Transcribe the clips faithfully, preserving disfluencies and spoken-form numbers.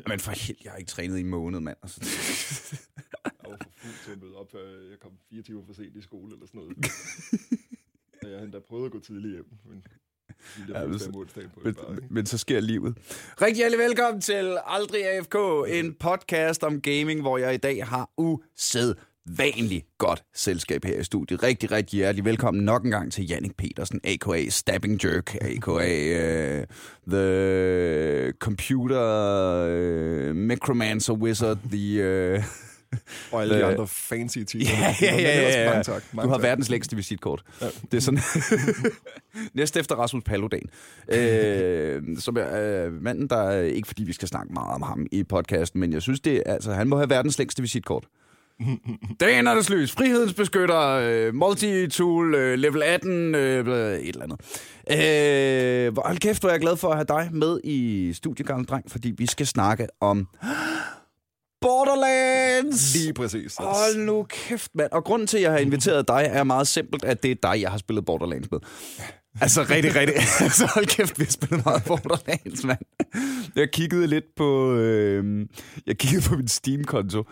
Men for helt, jeg har ikke trænet i en måned, mand. Altså. Jeg var for fuld til at møde op, jeg kom fire timer for sent i skole eller sådan noget. Og jeg havde endda prøvet at gå tidligt hjem, men... Ja, men, men, men så sker livet. Rigtig hjertelig velkommen til Aldrig A F K, en podcast om gaming, hvor jeg i dag har usædvanligt godt selskab her i studiet. Rigtig, rigtig hjertelig velkommen nok en gang til Jannik Petersen, a k a. Stabbing Jerk, a k a. Uh, The Computer uh, Necromancer Wizard, the... Uh, og alle de andre fancy titler. Ja, ja, ja, ja, ja. Mange tak. Mange du har tak. verdens længste visitkort. Ja. Det er sådan... Næst efter Rasmus Paludan. øh, som er øh, manden, der er ikke fordi vi skal snakke meget om ham i podcasten, men jeg synes, det altså, han må have verdens længste visitkort. Dagen er det lys, frihedens beskytter, øh, multi-tool, øh, level atten, øh, et eller andet. Øh, hold kæft, hvor er jeg glad for at have dig med i studiet, gamle dreng, fordi vi skal snakke om... Borderlands! Lige præcis. Hold nu kæft, mand. Og grunden til, at jeg har inviteret dig, er meget simpelt, at det er dig, jeg har spillet Borderlands med. Altså rigtig, rigtig... altså hold kæft, vi har spillet meget Borderlands, mand. Jeg kiggede lidt på... Øh... Jeg kiggede på min Steam-konto.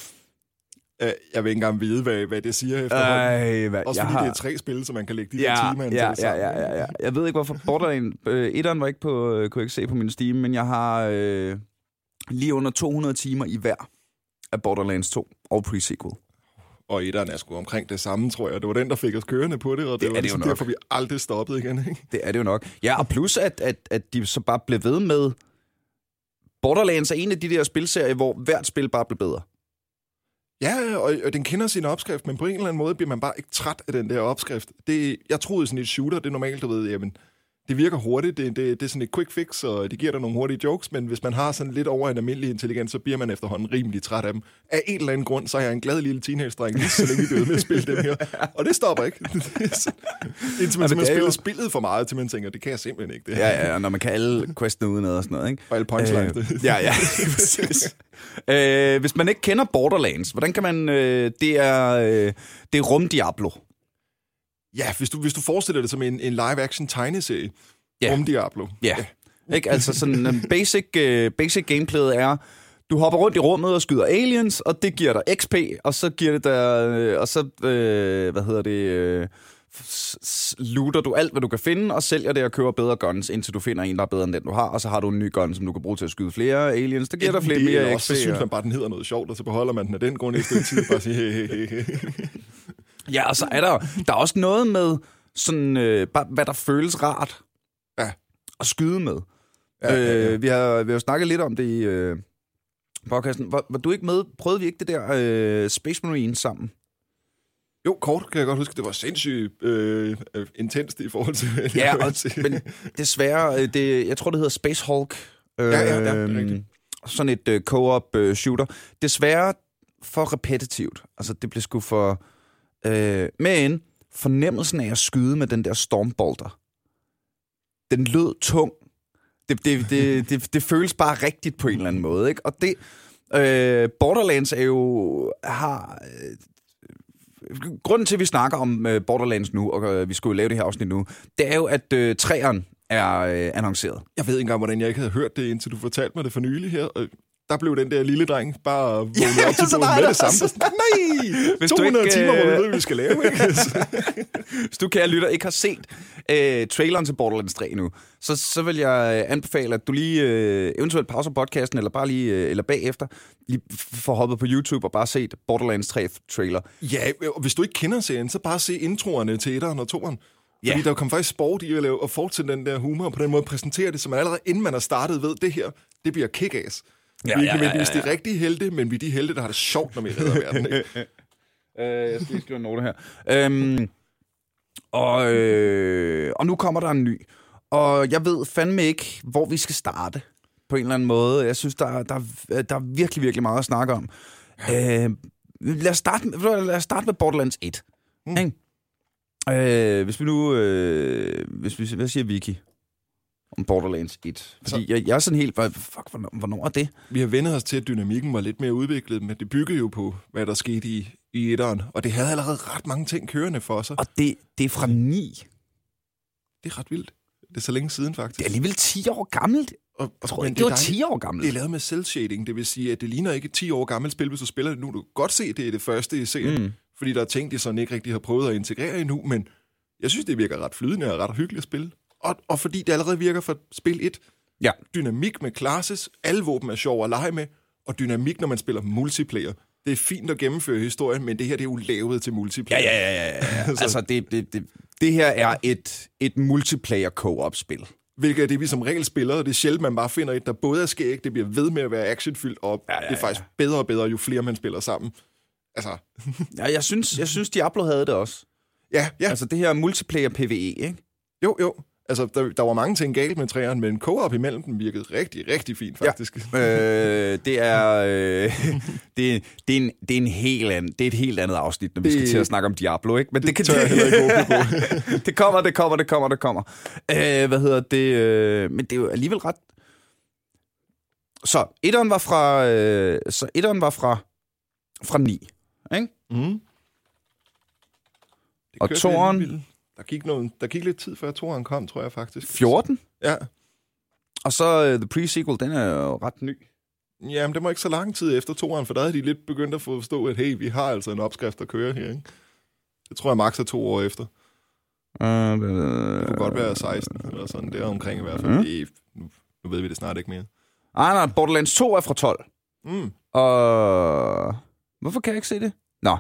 Jeg vil ikke engang vide, hvad, hvad det siger efterhånden. Ej, hvad, Også fordi har... det er tre spil, så man kan lægge de ja, der timer ind ja, til ja, ja, ja, ja. Jeg ved ikke, hvorfor Borderlands... Øh, etteren var ikke på... Øh, kunne jeg ikke se på min Steam, men jeg har... Øh... lige under to hundrede timer i hver af Borderlands to og pre-sequel. Og etteren er sgu omkring det samme, tror jeg. Det var den, der fik os kørende på det, og det, det var det ligesom derfor, vi aldrig stoppede igen. Ikke? Det er det jo nok. Ja, og plus, at, at, at de så bare blev ved med... Borderlands er en af de der spilserier, hvor hvert spil bare blev bedre. Ja, og, og den kender sin opskrift, men på en eller anden måde bliver man bare ikke træt af den der opskrift. Det, jeg troede sådan et shooter, det er normalt, du ved, jamen... Det virker hurtigt, det, det, det er sådan et quick fix, og det giver dig nogle hurtige jokes, men hvis man har sådan lidt over en almindelig intelligens, så bliver man efterhånden rimelig træt af dem. Af en eller anden grund, så er jeg en glad lille teenage-dreng, lige så længe vi bliver med at spille dem her. Og det stopper ikke. Indtil man simpelthen spiller jo... spillet for meget, til man tænker, det kan jeg simpelthen ikke. Det her. Ja, ja, og når man kan alle questene uden og sådan noget, ikke? Og alle punchlines. Øh, ja, ja, præcis. øh, hvis man ikke kender Borderlands, hvordan kan man... Øh, det er, øh, det er rum-Diablo. Ja, hvis du, hvis du forestiller det som en, en live-action tegneserie yeah. om Diablo. Yeah. Ja, ikke? Altså sådan en basic, uh, basic gameplayet er, du hopper rundt i rummet og skyder aliens, og det giver dig X P, og så giver det dig, og så, øh, hvad hedder det, øh, looter du alt, hvad du kan finde, og sælger det og køber bedre guns, indtil du finder en, der er bedre end den, du har, og så har du en ny gun, som du kan bruge til at skyde flere aliens. Det giver dig flere mere X P. Og så synes man bare, den hedder noget sjovt, og så beholder man den af den grund i stedet tid, bare sige he, he, he. Ja, og så er der, der er også noget med, sådan, øh, bare, hvad der føles rart ja. at skyde med. Ja, ja, ja. Øh, vi, har, vi har snakket lidt om det i øh, podcasten. Var, var du ikke med? Prøvede vi ikke det der øh, Space Marine sammen? Jo, kort kan jeg godt huske. Det var sindssygt øh, intenst i forhold til... Ja, og, men desværre, det, jeg tror, det hedder Space Hulk. Øh, ja, ja, ja, det er rigtigt. Sådan et øh, co-op øh, shooter. Desværre for repetitivt. Altså, det blev sgu for... Øh, men fornemmelsen af at skyde med den der stormbolter, den lød tung. Det, det, det, det, det føles bare rigtigt på en eller anden måde, ikke? Og det øh, Borderlands er jo har øh, grunden til at vi snakker om øh, Borderlands nu, og øh, vi skulle lave det her afsnit nu, det er jo at øh, treeren er øh, annonceret. Jeg ved ikke engang hvordan jeg ikke havde hørt det indtil du fortalte mig det for nylig her. Der blev den der lille dreng bare vågnet ja, op til bogen med det samme. Altså, nej! Hvis to hundrede ikke, timer, hvor vi ved, vi skal lave, ikke? Hvis du, kære lytter, ikke har set øh, traileren til Borderlands tre nu, så, så vil jeg anbefale, at du lige øh, eventuelt pauser podcasten, eller bare lige, øh, eller bagefter, lige får hoppet på YouTube og bare set Borderlands tre-trailer. Ja, og hvis du ikke kender serien, så bare se introerne til etteren og toeren. Fordi yeah. der kom faktisk sport i at lave og fortsætte den der humor, og på den måde præsentere det, så man allerede inden man har startet ved, det her, det bliver kick-ass. Ja, vi er ikke ja, ja, ja, ja. de rigtige helte, men vi er de helte, der har det sjovt, når vi redder verden. Ikke? øh, jeg skal lige skrive en note her. Øhm, og, øh, og nu kommer der en ny. Og jeg ved fandme ikke, hvor vi skal starte på en eller anden måde. Jeg synes, der, der, der er virkelig, virkelig meget at snakke om. Øh, lad, os starte, lad os starte med Borderlands et. Mm. Øh, hvis vi nu... Øh, hvis vi, hvad siger Vicky om Borderlands et? Fordi jeg, jeg er sådan helt... Fuck, hvornår, hvornår er det? Vi har vendt os til, at dynamikken var lidt mere udviklet, men det byggede jo på, hvad der skete i, i etteren. Og det havde allerede ret mange ting kørende for sig. Og det, det er fra ni. Det er ret vildt. Det er så længe siden, faktisk. Det er alligevel ti år gammelt. Og, og, jeg tror ikke, det var ti år gammelt. Det er lavet med cel-shading, det vil sige, at det ligner ikke et ti år gammelt spil, hvis du spiller det nu. Du kan godt se, at det er det første i serien, mm. fordi der er ting, de sådan ikke rigtig har prøvet at integrere endnu, men jeg synes, det virker ret flydende og ret hyggeligt at spille. Og, og fordi det allerede virker for spil et. Ja. Dynamik med classes, alle våben er sjov at lege med, og dynamik, når man spiller multiplayer. Det er fint at gennemføre historien, men det her det er jo lavet til multiplayer. Ja, ja, ja. ja, ja. altså, det, det, det, det her er et, et multiplayer co-op-spil. Hvilket er det, vi som regel spiller, og det er sjældent, man bare finder et, der både er skægt, det bliver ved med at være actionfyldt, og ja, ja, ja. Det er faktisk bedre og bedre, jo flere man spiller sammen. Altså. ja, jeg synes, jeg synes Diablo havde det også. Ja, ja. Altså det her multiplayer P V E, ikke? Jo, jo. Altså, der, der var mange ting galt med træerne, men co-op imellem dem virkede rigtig, rigtig fint, faktisk. Ja. øh, det er øh, det, det, er en, det er en helt anden, det er et helt andet afsnit, når vi det, skal til at snakke om Diablo, ikke? Men det, det kan tør jeg heller ikke på. det kommer, det kommer, det kommer, det kommer. Øh, hvad hedder det? Øh, men det er jo alligevel ret. Så etteren var fra, øh, så etteren var fra fra ni, ikke? Mm. Og toeren. Der gik, noget, der gik lidt tid før toeren kom, tror jeg faktisk. fjorten? Ja. Og så uh, The Pre-Sequel, den er jo ret ny. Jamen, det var ikke så lang tid efter toeren, for der havde de lidt begyndt at forstå, at hey, vi har altså en opskrift, der kører her, ikke? Det tror jeg maks er to år efter. Uh, det, det kunne godt være seksten, eller sådan der omkring i hvert fald. Mm. Det, nu, nu ved vi det snart ikke mere. Ej, nej, Borderlands to er fra tolv. Mm. Og hvorfor kan jeg ikke se det? Nå.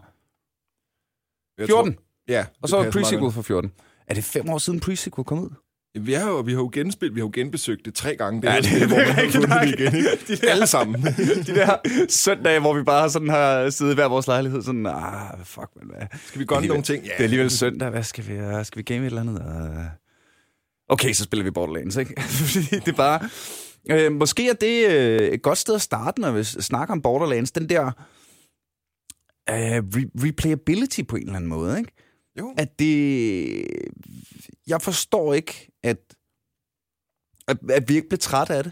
fjorten. Tror, ja. Og så er Pre-Sequel for fjorten. Er det fem år siden Pre-Sequel kom ud? Vi har jo, vi har jo genspillet, vi har jo genbesøgt det tre gange. Det ja, er det, det, det, hvor man har fundet det igen, ikke? De der, alle sammen. De der søndage, hvor vi bare sådan har siddet i hver vores lejlighed, sådan, ah, fuck, man, hvad? Skal vi gøre nogle ting? Ja. Det er alligevel søndag, hvad skal vi, skal vi game et eller andet? Uh... Okay, så spiller vi Borderlands, ikke? Det er bare... Øh, måske er det øh, et godt sted at starte, når vi snakker om Borderlands, den der øh, re- replayability på en eller anden måde, ikke? Jo. At det... Jeg forstår ikke, at, at, at vi ikke bliver træt af det.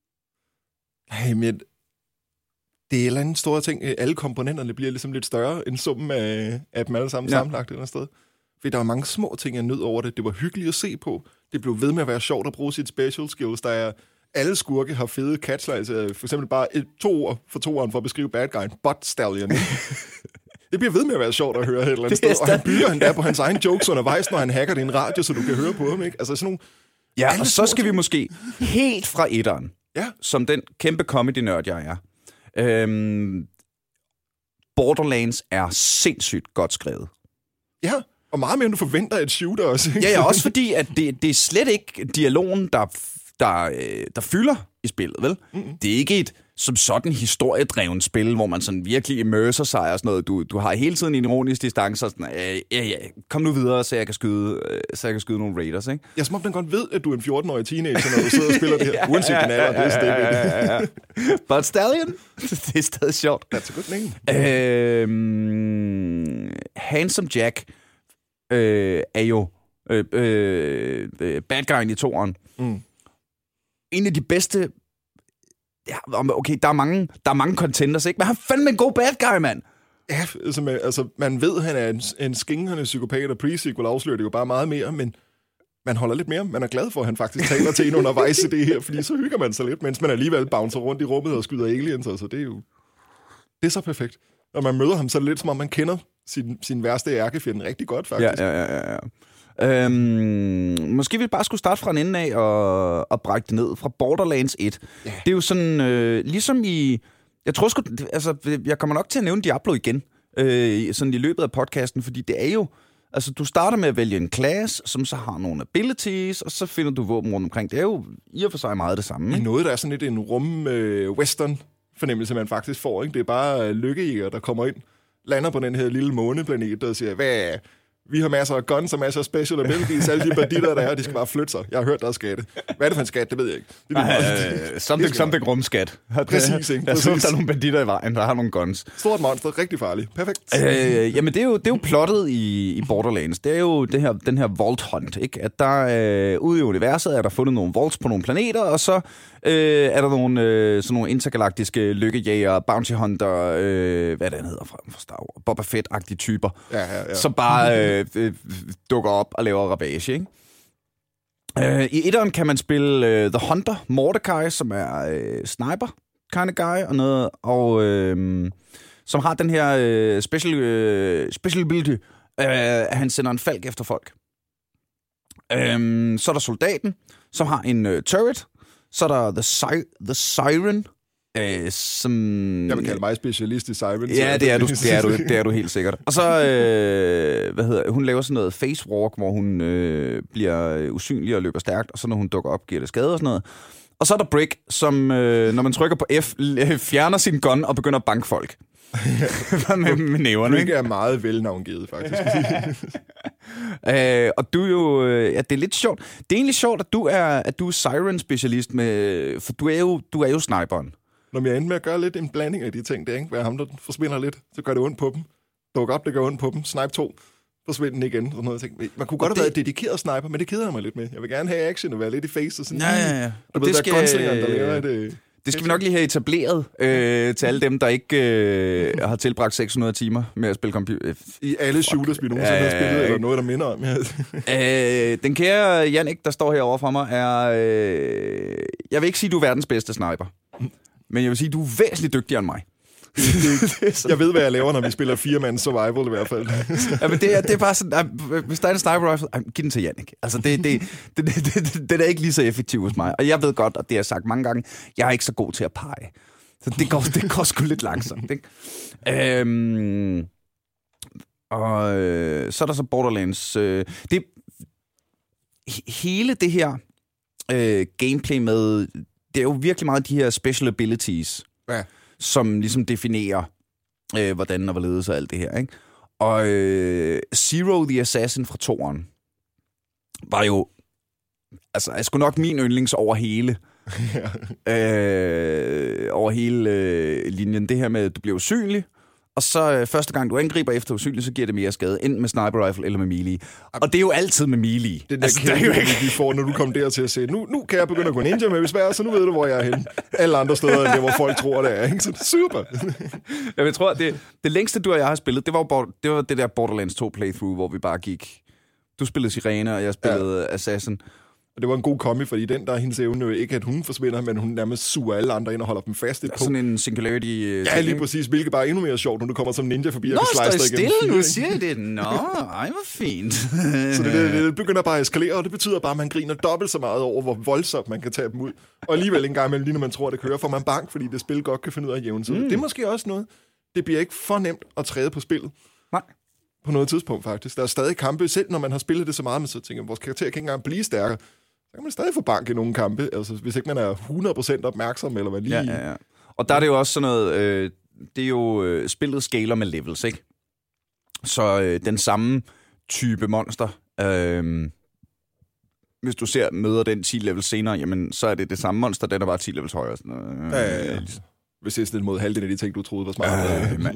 Nej, men det er en eller anden store ting. Alle komponenterne bliver ligesom lidt større end summen af, af dem alle sammen ja. Sammenlagt et eller andet sted. Fordi der var mange små ting, jeg nød over det. Det var hyggeligt at se på. Det blev ved med at være sjovt at bruge sit special skills. Der er alle skurke har fede catchlines. For eksempel bare et, to ord for toeren for at beskrive bad guyen. Butt stallion. Det bliver ved med at være sjovt at høre et eller andet sted. Og han bygger han der på hans egen jokes undervejs, når han hacker din radio, så du kan høre på ham, ikke? Altså sådan nogle... Ja, og så skal ting. Vi måske helt fra etteren, ja. Som den kæmpe comedy-nørd, jeg er. Øhm, Borderlands er sindssygt godt skrevet. Ja, og meget mere, end du forventer et shooter også. Ja, ja, også fordi, at det, det er slet ikke dialogen, der, der, der fylder i spillet, vel? Mm-hmm. Det er ikke et som sådan historiedrevet spil, hvor man sådan virkelig immerser sig og sådan noget. Du, du har hele tiden en ironisk distance og sådan, øh, ja, ja, kom nu videre, så jeg kan skyde, øh, så jeg kan skyde nogle raiders, ikke? Ja, som om den godt ved, at du er en fjorten-årig teenager, når du sidder og spiller det her. ja, uanset din alder, det er stadig. Ja, ja, ja. But Stallion, det er stadig sjovt. That's a good name. Øhm, Handsome Jack øh, er jo øh, øh, bad guyen i toeren. Mm. En af de bedste... Ja, okay, der er mange, der er mange contenders, ikke? Men han er fandme en god bad guy, mand. Ja, altså man, altså, man ved, han er en, en skingerne psykopat, og Pre-Sequel afslører det jo bare meget mere, men man holder lidt mere. Man er glad for, at han faktisk taler til en undervejs i det her, fordi så hygger man sig lidt, mens man alligevel bouncer rundt i rummet og skyder aliens, altså det er jo... Det er så perfekt. Når man møder ham, så er det lidt som om, man kender sin, sin værste ærkefjende rigtig godt, faktisk. Ja, ja, ja, ja. Øhm, måske vi bare skulle starte fra en ende af og, og brække det ned fra Borderlands et. Yeah. Det er jo sådan, øh, ligesom i... Jeg tror sgu... Altså, jeg kommer nok til at nævne Diablo igen, øh, sådan i løbet af podcasten, fordi det er jo... Altså, du starter med at vælge en class, som så har nogle abilities, og så finder du våben rundt omkring. Det er jo i og for sig meget det samme, ikke? Noget, der er sådan lidt en rum-western-fornemmelse, man faktisk får, ikke? Det er bare lykkejæger, der kommer ind, lander på den her lille måneplanet, og siger, hvad... Vi har masser af guns og masser af special abilities. Alle de banditter, der er, de skal bare flytte sig. Jeg har hørt, der er skatte. Hvad er det for en skat? Det ved jeg ikke. Det er uh, something, something rumskat. Præcis, ikke? Jeg så, der er nogle banditter i vejen, der har nogle guns. Stort monster, rigtig farligt. Perfekt. Uh, jamen, det er jo, det er jo plottet i, i Borderlands. Det er jo det her, den her vault hunt, ikke? At der uh, ude i universet er der fundet nogle vaults på nogle planeter, og så uh, er der nogle, uh, sådan nogle intergalaktiske lykkejæger, bounty hunter, uh, hvad det hedder fra, fra Star Wars, Boba Fett-agtige typer, ja, ja, ja. som bare... Uh, dukker op og laver ravage, ikke? Uh, I etteren kan man spille uh, The Hunter, Mordecai, som er uh, sniper kind of guy, og, noget, og uh, som har den her uh, special, uh, special ability, uh, at han sender en falk efter folk. Um, så er der soldaten, som har en uh, turret. Så er der The, si- the Siren, uh, som... Jeg vil kalde mig specialist i Siren. Ja, det er, du, det, er du, det er du helt sikkert. Og så, øh, hvad hedder hun laver sådan noget face walk, hvor hun øh, bliver usynlig og løber stærkt, og så når hun dukker op, giver det skade og sådan noget. Og så er der Brick, som, øh, når man trykker på F, fjerner sin gun og begynder at banke folk. med, med næverne. Brick er meget velnavngivet, faktisk. øh, og du er jo... Ja, det er lidt sjovt. Det er egentlig sjovt, at du er, at du er Siren-specialist, med, for du er jo, du er jo sniperen. Når jeg endte med at gøre lidt en blanding af de ting, det er ikke? Være ham, der forsvinder lidt, så gør det ondt på dem. Duk op, det gør ondt på dem. Snipe to, forsvinder den igen. Sådan noget. Man kunne godt og have det... været dedikeret sniper, men det keder mig lidt med. Jeg vil gerne have action og være lidt i face. Og sådan, ja, ja, ja. Og ved, det skal... der laver det... Det skal vi nok lige have etableret øh, til alle dem, der ikke øh, har tilbragt seks hundrede timer med at spille computer. I alle shooters, vi nogensinde har spillet, eller noget, der minder om. Ja. øh, den kære Jannik, der står herovre for mig, er... Øh, jeg vil ikke sige, du er verdens bedste sniper. Men jeg vil sige, du er væsentligt dygtigere end mig. Jeg ved, hvad jeg laver, når vi spiller fire-mands survival i hvert fald. Ja, men det er, det er bare sådan, hvis der er en sniper rifle, giv den til Jannik. Altså, det, det, det, det, det, det er ikke lige så effektivt hos mig. Og jeg ved godt, og det har jeg sagt mange gange, jeg er ikke så god til at pege. Så det går, det går sgu lidt langsomt, ikke? Øhm, og øh, så er der så Borderlands. Øh, det, hele det her øh, gameplay med, det er jo virkelig meget de her special abilities. Ja. Som ligesom definerer, øh, hvordan og hvorledes og alt det her, ikke? Og øh, Zero the Assassin fra toeren var jo, altså, jeg skulle nok min yndlings over hele, øh, over hele øh, linjen. Det her med, at du bliver usynlig, og så øh, første gang, du angriber efter usynlig, så giver det mere skade, enten med sniper rifle eller med melee. Og det er jo altid med melee. Det er altså, kæmpe, der er jo ikke... vi får, når du kommer der til at se, nu, nu kan jeg begynde at gå ninja med besvær, så nu ved du, hvor jeg er henne. Alle andre steder end det, hvor folk tror, det er. Ikke? Så det er super. Jeg tror, det, det længste, du og jeg har spillet, det var, det var det der Borderlands to playthrough, hvor vi bare gik... Du spillede Sirene, og jeg spillede ja. Assassin. Og det var en god kombi, fordi den, der er hendes evne jo ikke, at hun forsvinder, men hun nærmest suger alle andre ind og holder dem fast i et punkt. Sådan en singularity... Ja, lige præcis, hvilket bare er endnu mere sjovt, når du kommer som ninja forbi Nå, og kan slice dig igennem. Nå, stå stille, nu siger det. Nå, ej, hvor fint. Så det, det, det begynder bare at eskalere, og det betyder bare, at man griner dobbelt så meget over, hvor voldsomt man kan tage dem ud. Og alligevel en gang imellem, lige når man tror, det kører, får man bank, fordi det spil godt kan finde ud af jævn. Så mm. det er måske også noget. Det bliver ikke for nemt at træde på spillet. Nej. På noget tidspunkt, faktisk. Der er stadig kampe, selv når man har spillet det så meget, men så tænker vores karakter kan ikke engang blive stærkere. Så kan man stadig få bank i nogle kampe, altså hvis ikke man er hundrede procent opmærksom, eller hvad lige... Ja, ja, ja. Og der er det jo også sådan noget, øh, det er jo øh, spillet scaler med levels, ikke? Så øh, den samme type monster, øh, hvis du ser, møder den ti levels senere, jamen så er det det samme monster, den er bare ti levels højere. Sådan noget. Ja, ja. Hvis det er sådan mod halvdelen af de ting, du troede var smart. Øh,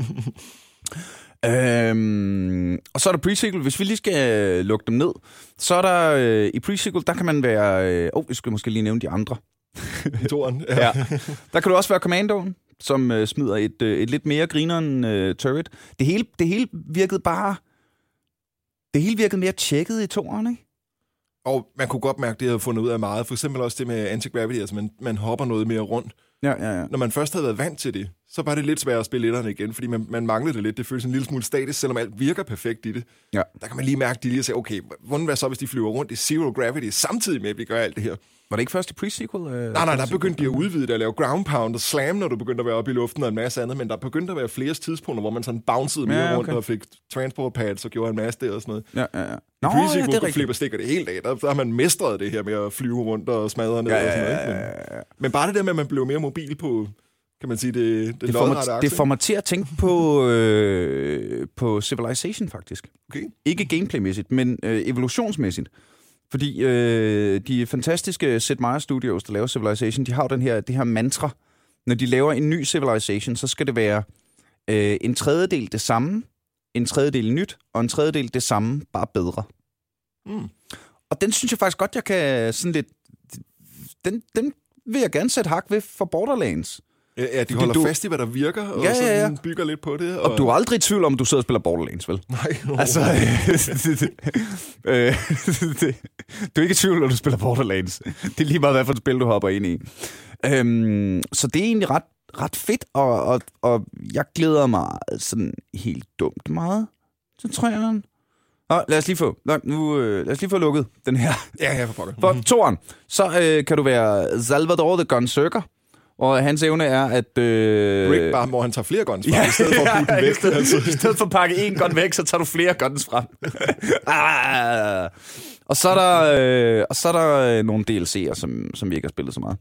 Øhm, og så er der pre-sequel. Hvis vi lige skal øh, lukke dem ned, så er der øh, i pre-sequel, der kan man være... Øh, oh, vi skal måske lige nævne de andre. I toren. Ja. Ja. Der kan du også være kommandoen, som øh, smider et, øh, et lidt mere grineren øh, turret. Det hele, det hele virkede bare... Det hele virkede mere tjekket i toren, ikke? Og man kunne godt mærke, at det havde fundet ud af meget. For eksempel også det med anti-gravity, altså man, man hopper noget mere rundt. Ja, ja, ja. Når man først havde været vant til det, så var det lidt svært at spille etterne igen, fordi man, man manglede det lidt. Det føles en lille smule statisk, selvom alt virker perfekt i det. Ja. Der kan man lige mærke, at de lige siger, okay, hvordan var så, hvis de flyver rundt i zero gravity, samtidig med, at vi gør alt det her? Var det ikke først i pre-sequel? Øh, nej, nej, der begyndte de at udvide det, at lave ground pound og slam, når du begyndte at være oppe i luften og en masse andet, men der begyndte at være flere tidspunkter, hvor man sådan bouncede mere ja, okay. rundt og fik transport pads og gjorde en masse der og sådan noget. Ja, ja, ja. Nå, I pre-sequel, ja, det er rigtigt. Flipper stikker det helt af. Der, der har man mestret det her med at flyve rundt og smadre ned ja, og sådan noget. Men, ja, ja, ja. men bare det der med, at man blev mere mobil på... Kan man sige, det, det, det, får mig, det får mig til at tænke på, øh, på Civilization, faktisk. Okay. Ikke gameplaymæssigt, men øh, evolutionsmæssigt. Fordi øh, de fantastiske Sid Meier Studios, der laver Civilization, de har jo den her, det her mantra. Når de laver en ny Civilization, så skal det være øh, en tredjedel det samme, en tredjedel nyt, og en tredjedel det samme, bare bedre. Mm. Og den synes jeg faktisk godt, jeg kan sådan lidt... Den, den vil jeg gerne sætte hak ved for Borderlands. Ja, de holder du... fast i, hvad der virker, og ja, ja, ja. sådan bygger lidt på det. Og... og du er aldrig i tvivl om, du sidder og spiller Borderlands, vel? Nej. No. Altså, øh, du er ikke i tvivl, når du spiller Borderlands. Det er lige meget, hvad for et spil, du hopper ind i. Øhm, så det er egentlig ret, ret fedt, og, og, og jeg glæder mig sådan helt dumt meget, så tror jeg. Nå, lad os lige få, nå, nu, øh, lad os lige få lukket den her. Ja, ja, for pokker. For toeren, så øh, kan du være Salvador the Gunsucker, og hans evne er, at... Øh... Rick bare, hvor han tager flere guns frem, ja, i stedet for at putte den væk. I stedet, altså. I stedet for at pakke en gun væk, så tager du flere guns frem. ah. Og så er der, øh, og så er der øh, nogle D L C'er, som, som vi ikke har spillet så meget.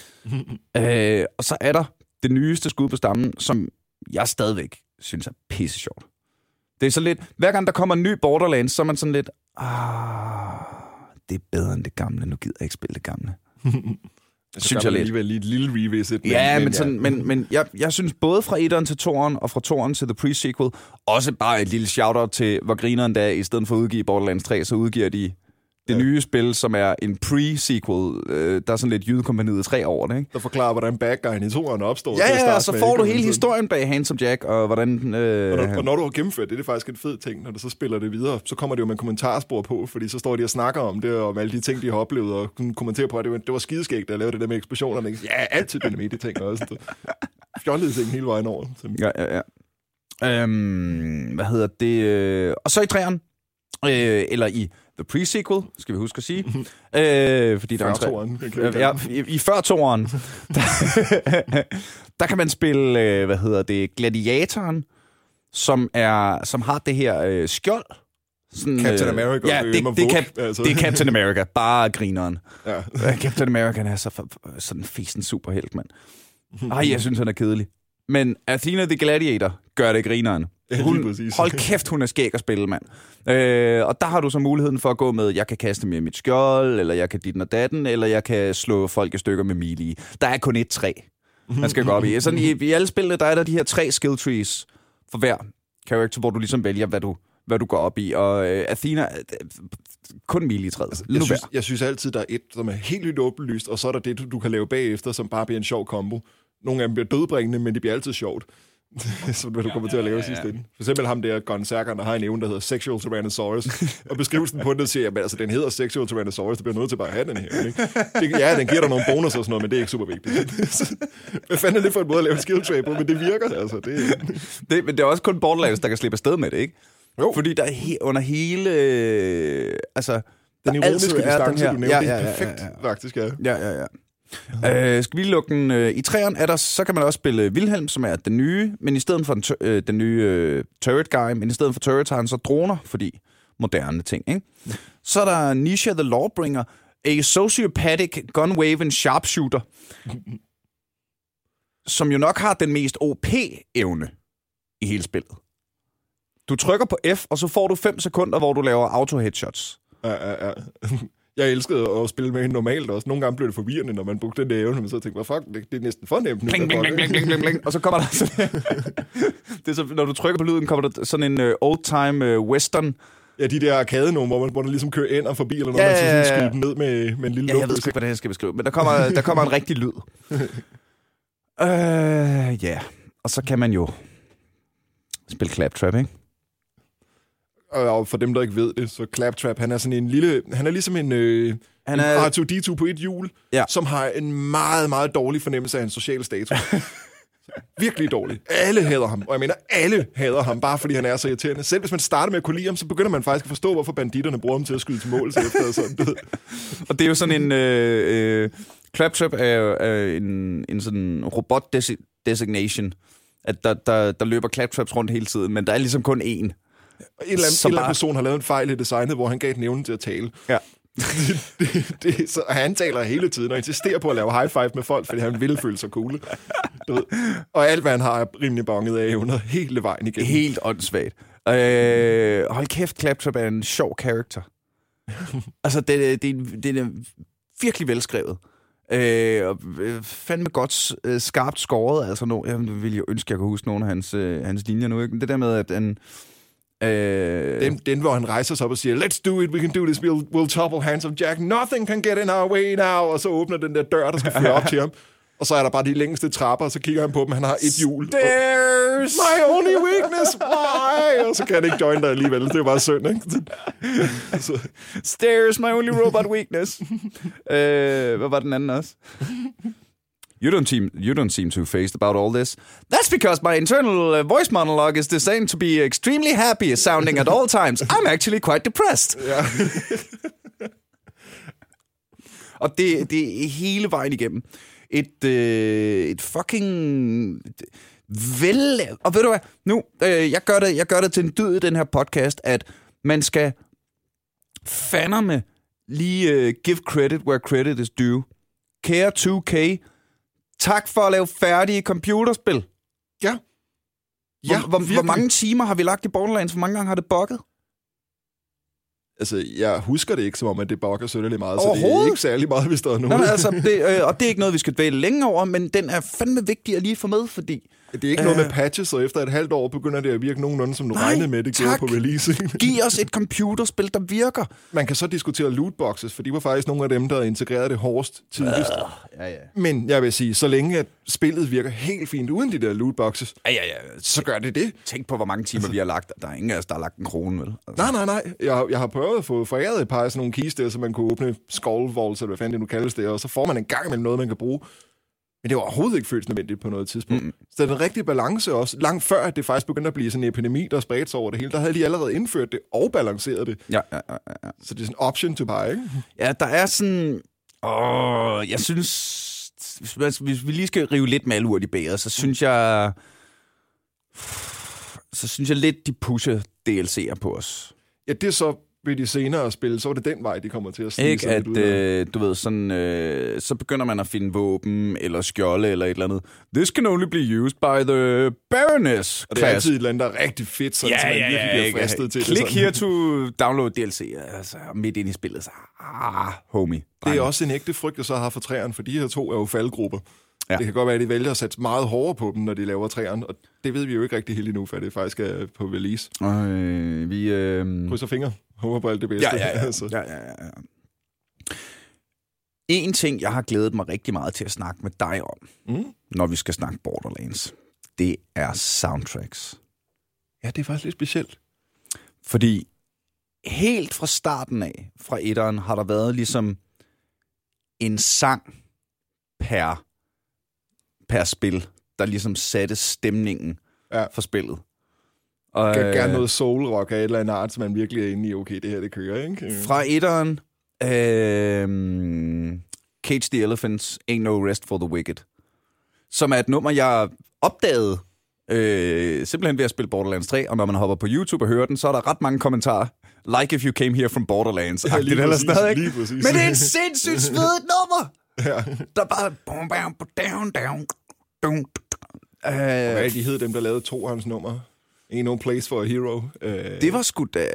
øh, og så er der det nyeste skud på stammen, som jeg stadigvæk synes er pisse sjovt. Det er så lidt... Hver gang der kommer en ny Borderlands, så er man sådan lidt... Ah, det er bedre end det gamle. Nu gider jeg ikke spille det gamle. Så synes jeg lidt. Alligevel lige et lille revisit. Men, ja, men, men, sådan, ja. men, men jeg, jeg synes både fra etteren til toeren og fra toeren til The Pre-Sequel, også bare et lille shout-out til, hvor grineren der, i stedet for at udgive Borderlands tre, så udgiver de det ja. nye spil, som er en pre-sequel. Øh, der er sådan lidt Jydekompagniet tre over det, ikke? Der forklarer, hvordan bad guyen i toeren opstår. Ja, ja, og så får du hele historien bag Handsome Jack, og hvordan... Øh... Og, når, og når du har gennemført det, det er faktisk en fed ting, når du så spiller det videre, så kommer det jo med kommentarspor på, fordi så står de og snakker om det, og om alle de ting, de har oplevet, og kommenterer på, at det var, det var skideskægt, da jeg lavede det der med eksplosionerne. Ikke? Ja, altid det med de ting også. Fjollede ting hele vejen over. Så. Ja, ja, ja. Øhm, hvad hedder det? Øh... Og så i træerne, øh, eller i... The Pre-Sequel, skal vi huske at sige. øh, fordi der er tre... ja, i, i før toeren, der, der kan man spille, øh, hvad hedder det, Gladiatoren, som, er, som har det her øh, skjold. Sådan, Captain America. Ja, det, det, det, er Cap, altså. det er Captain America. Bare grineren. Ja. Captain America er så sådan en fesen superhelt, mand. Ej, jeg synes, han er kedelig. Men Athena the Gladiator gør det grineren. Hun, hold kæft, hun er skæg at spille, mand. Øh, og der har du så muligheden for at gå med, jeg kan kaste med mit skjold, eller jeg kan ditten og datten, eller jeg kan slå folk i stykker med melee. Der er kun et træ, man skal gå op i. Sådan i, i alle spillene, der er der de her tre skill trees for hver character, hvor du ligesom vælger, hvad du, hvad du går op i. Og øh, Athena, øh, kun melee-træet. Altså, jeg, synes, jeg synes altid, der er et, som er helt lidt åbenlyst, og så er der det, du, du kan lave bagefter, som bare bliver en sjov kombo. Nogle af dem bliver dødbringende, men det bliver altid sjovt. Som du kommer til at lave ja, ja, ja. sidst inden. For eksempel ham der Gunsucker, der har en evne, der hedder Sexual Tyrannosaurus. Og beskrivelsen på den siger, at altså, den hedder Sexual Tyrannosaurus, det bliver nødt til bare at have den her. Ikke? Det, ja, den giver dig nogle bonus og sådan noget, men det er ikke super vigtigt. Hvad fanden er det for en måde at lave en skill tray på? Men det virker altså. Det, det, men det er også kun Borderlands, der kan slippe afsted med det, ikke? Jo. Fordi der er he- under hele... Øh, altså, den ironiske distance, du nævnte, ja, ja, ja, det er perfekt, ja, ja. faktisk. Ja, ja, ja. ja. Uh, skal vi lige lukke den? Uh, I træerne er der, så kan man også spille Wilhelm, som er den nye, men i stedet for den, uh, den nye uh, turret guy, men i stedet for turret har han så droner, fordi moderne ting, ikke? Så er der Nisha the Lawbringer, a sociopathic gun-waving sharpshooter, som jo nok har den mest O P-evne i hele spillet. Du trykker på F, og så får du fem sekunder, hvor du laver auto-headshots. Ja, ja, ja. Jeg elskede at spille med hende normalt også. Nogle gange blev det forvirrende, når man brugte den der evne, men så tænkte jeg, fuck, det, det er næsten for nemt. Bling, bling, bling, bling, bling, bling, og så kommer der sådan... det er så, når du trykker på lyden, kommer der sådan en uh, old-time uh, western. Ja, de der arcade-numre, hvor man, hvor der ligesom kører ind og forbi, eller når ja, man så sådan skyder dem ned med, med en lille ja, luft. Jeg ved ikke, hvad det her skal beskrive, men der kommer, der kommer en rigtig lyd. Øh, ja, uh, yeah. Og så kan man jo spille Claptrap, ikke? Og for dem, der ikke ved det, så Claptrap, han er sådan en lille... Han er ligesom en, øh, han er... en R to D to på et hjul, ja. Som har en meget, meget dårlig fornemmelse af en social status. Virkelig dårlig. Alle hader ham. Og jeg mener, alle hader ham, bare fordi han er så irriterende. Selv hvis man starter med at kunne lide ham, så begynder man faktisk at forstå, hvorfor banditterne bruger ham til at skyde til mål til efter. Og, sådan, du ved. Og det er jo sådan en... Øh, øh, Claptrap er jo øh, en, en sådan robot-designation. At der, der, der løber Claptraps rundt hele tiden, men der er ligesom kun én. En eller anden, en eller anden person har lavet en fejl i designet, hvor han gav den evne til at tale. Ja. det, det, det, så han taler hele tiden og insisterer på at lave high five med folk, fordi han vil føle sig cool. Du ved. Og alt, hvad han har, er rimelig bonget af evner hele vejen igennem. Helt åndssvagt. Øh, hold kæft, Claptrap er en sjov karakter. Altså, det, det, det er virkelig velskrevet. Øh, og fandme godt øh, skarpt skåret. Altså, no, jeg ville jo ønske, at jeg kunne huske nogle af hans, øh, hans linjer nu. Ikke? Det der med, at han... Øh... Den, den, hvor han rejser sig op og siger, let's do it, we can do this, we'll, we'll topple Handsome Jack, nothing can get in our way now, og så åbner den der dør, der skal føre op til ham, Og så er der bare de længste trapper, og så kigger han på dem, han har et hjul. Stairs! My only weakness, why? Og så kan han ikke join dig alligevel, det er bare synd, ikke? Så. Stairs, my only robot weakness. uh, hvad var den anden også? You don't seem you don't seem too phased about all this. That's because my internal uh, voice monologue is designed to be extremely happy sounding at all times. I'm actually quite depressed. Ja. Og det, det er hele vejen igennem. Et, øh, et fucking vel... Og ved du hvad? Nu, øh, jeg, gør det, jeg gør det til en dyd i den her podcast, at man skal fandeme lige øh, give credit where credit is due. Kære to K, tak for at lave færdige computerspil. Ja. Ja, hvor, hvor, hvor mange timer har vi lagt i Borderlands? Hvor mange gange har det bugget? Altså, jeg husker det ikke, som om, at det bugger sønderligt meget, så det er ikke særlig meget, hvis der er nogen. Nej, altså, det, øh, og det er ikke noget, vi skal dvæle længe over, men den er fandme vigtig at lige få med, fordi... Det er ikke øh, noget med patches, og efter et halvt år begynder det at virke nogenlunde, som du nej, regnede med, det gjorde på release. Giv os et computerspil, der virker. Man kan så diskutere lootboxes, for de var faktisk nogle af dem, der integrerede det hårdest tidligst. Øh, ja, ja. Men jeg vil sige, så længe at spillet virker helt fint uden de der lootboxes, ja, ja, ja. så gør det det. Tænk på, hvor mange timer altså, vi har lagt. Der er ingen af os, der har lagt en krone, vel? Altså. Nej, nej, nej. Jeg, jeg har prøvet at få foræret et par af sådan nogle keys der, så man kunne åbne skull vaults, eller hvad fanden det nu kaldes det, og så får man en gang imellem noget, man kan bruge. Men det var overhovedet ikke følt nødvendigt på noget tidspunkt. Mm. Så den rigtige balance også, langt før at det faktisk begyndte at blive sådan en epidemi, der spredte sig over det hele, der havde de allerede indført det og balanceret det. Ja, ja, ja, ja. Så det er sådan en option to buy, ikke? Ja, der er sådan... Åh, jeg synes... Hvis vi lige skal rive lidt malurt i bæret, så synes jeg... Så synes jeg lidt, de pusher D L C'er på os. Ja, det er så... ved de senere spil, så er det den vej, de kommer til at snige sig lidt ud af. Øh, du ved, sådan, øh, så begynder man at finde våben, eller skjolde, eller et eller andet. This can only be used by the Baroness. Og det er altid et eller andet, der er rigtig fedt, sådan, ja, så man ja, virkelig bliver ja, fristet til Click det. Click here to download D L C, altså midt ind i spillet, så ah, homie. Det er også en ægte frygt, jeg så har for træerne, for de her to er jo faldgrupper. Ja. Det kan godt være, at de vælger at sætte meget hårdere på dem, når de laver træerne, og det ved vi jo ikke rigtig helt endnu, for det faktisk er på release. Øh, vi øh... krydser fingre. Håber på alt det bedste. Ja, ja, ja. altså. ja, ja, ja. En ting, jeg har glædet mig rigtig meget til at snakke med dig om, mm. når vi skal snakke Borderlands, det er soundtracks. Ja, det er faktisk lidt specielt. Fordi helt fra starten af, fra etteren, har der været ligesom en sang per, per spil, der ligesom satte stemningen ja. for spillet. Og kan gerne noget soul rock af et eller andet art, som man virkelig er inde i, okay, det her, det kører, ikke? Fra etteren, øh, Cage the Elephants, Ain't No Rest for the Wicked, som er et nummer, jeg opdagede øh, simpelthen ved at spille Borderlands tre, og når man hopper på YouTube og hører den, så er der ret mange kommentarer. Like if you came here from Borderlands. Ja, lige, præcis, stadig, lige præcis. Men det er et sindssygt svedigt nummer! Ja. Der bare... Down, down, down. Uh, hvad er de hed, dem der lavede to hans nummer? Ain't No Place for a Hero. Uh, det var sgu da...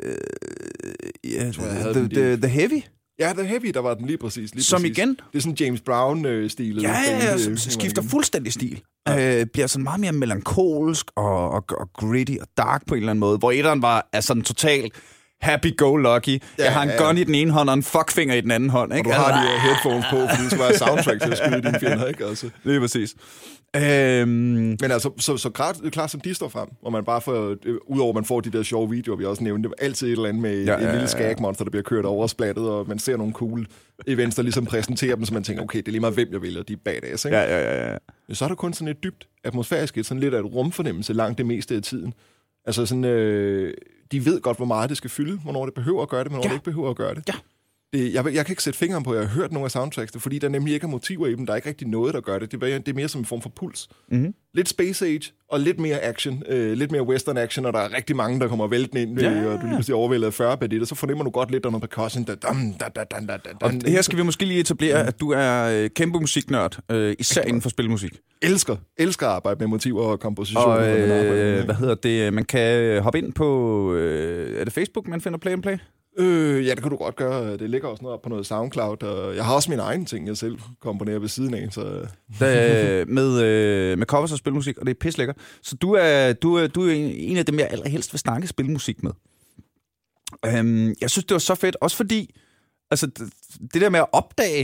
Uh, yeah, the, the, the Heavy. Ja, The Heavy, der var den lige præcis. Lige som præcis. igen... Det er sådan James Brown-stilet. Ja, ja, ja, som skifter fuldstændig stil. Ja. Uh, bliver sådan meget mere melankolsk og, og, og gritty og dark på en eller anden måde. Hvor etteren var altså, sådan totalt... happy-go-lucky. Ja, jeg har en ja, gun ja. i den ene hånd og en fuckfinger i den anden hånd. Ikke? Og du har de headphones på, fordi det skal være soundtrack til at skyde dine fjender, ikke? Altså. Det er præcis. Øhm... Men altså, så, så klart, klart som de står frem, hvor man bare får, øh, udover at man får de der sjove videoer, vi også nævnte, det var altid et eller andet med ja, en ja, lille skagmonster, der bliver kørt over og splattet, og man ser nogle cool events, der ligesom præsenterer dem, så man tænker, okay, det er lige meget, hvem jeg vil, og de er badass, ikke? Ja, ja, ja, ja. Så er der kun sådan et dybt atmosfærisk, sådan lidt af et rumfornemmelse langt det meste af tiden. Altså sådan... Øh, de ved godt, hvor meget det skal fylde, hvornår det behøver at gøre det, hvornår ja. det ikke behøver at gøre det. Ja. det jeg, jeg kan ikke sætte fingeren på, at jeg har hørt nogle af soundtracks, fordi der nemlig ikke er motiver i dem. Der er ikke rigtig noget, der gør det. Det er, det er mere som en form for puls. Mm-hmm. Lidt Space Age, og lidt mere action. Øh, lidt mere western action, og der er rigtig mange, der kommer væltende ind, ja. øh, og du lige pludselig overvælder fyrre banditter, så fornemmer du godt lidt af noget percussion. Da, dam, da, da, da, da, da, og her skal vi måske lige etablere, mm. at du er kæmpe musiknørd, øh, især inden for spilmusik. Elsker, elsker at arbejde med motiver og komposition. Og øh, hvad hedder det? Man kan hoppe ind på, øh, er det Facebook, man finder Play and Play? Øh, ja, det kan du godt gøre. Det ligger også noget op på noget SoundCloud, og jeg har også mine egne ting, jeg selv komponerer ved siden af. Så. Da, med, øh, med covers og spilmusik, og det er pislækker. Så du er, du, er, du er en af dem, jeg allerhelst vil snakke spilmusik med. Øhm, jeg synes, det var så fedt, også fordi altså, det, det der med at opdage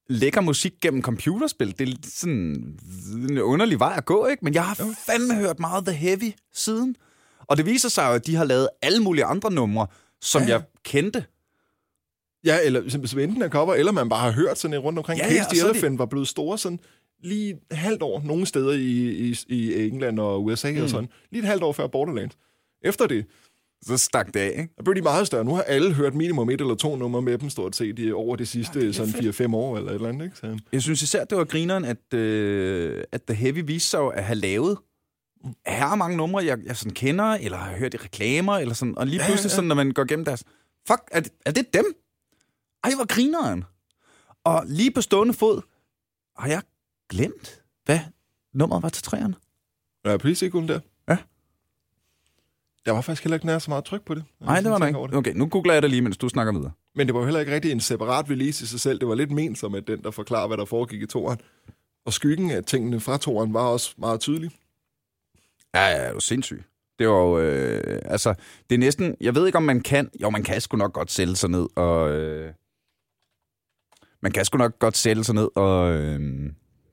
lækker musik gennem computerspil. Det er sådan en underlig vej at gå, ikke? Men jeg har fandme hørt meget The Heavy siden. Og det viser sig jo, at de har lavet alle mulige andre numre, som ja. jeg kendte. Ja, eller som, som enten er cover, eller man bare har hørt sådan rundt omkring. Ja, Cage ja, the Elephant de... var blevet store sådan lige et halvt år, nogle steder i, i, i England og U S A mm. og sådan. Lige et halvt år før Borderlands. Efter det, så stak det af, ikke? Der blev de meget større. Nu har alle hørt minimum et eller to numre med dem, stort set, i, over de sidste ja, sådan fire fem år eller et eller andet, ikke? Så. Jeg synes især, det var grineren, at, øh, at The Heavy viste sig at have lavet her mange numre, jeg, jeg sådan kender, eller har hørt i reklamer, eller sådan, og lige pludselig ja, ja. sådan, når man går gennem deres... Fuck, er det, er det dem? Ej, hvor grineren. Og lige på stående fod har jeg glemt, hvad nummeret var til træerne. Ja, pre-sequelen der. Ja. Der var faktisk heller ikke nær så meget tryk på det. Nej, det var der ikke. Okay, nu googler jeg det lige, mens du snakker videre. Men det var jo heller ikke rigtig en separat release i sig selv. Det var lidt ment som, at den, der forklarer, hvad der foregik i toeren. Og skyggen af tingene fra toeren var også meget tydelig. Ja, ja, det var sindssygt. Det var jo, øh, altså, det er næsten, jeg ved ikke, om man kan, jo, man kan sgu nok godt sælge sig ned, og, øh, man kan sgu nok godt sælge sig ned, og, øh,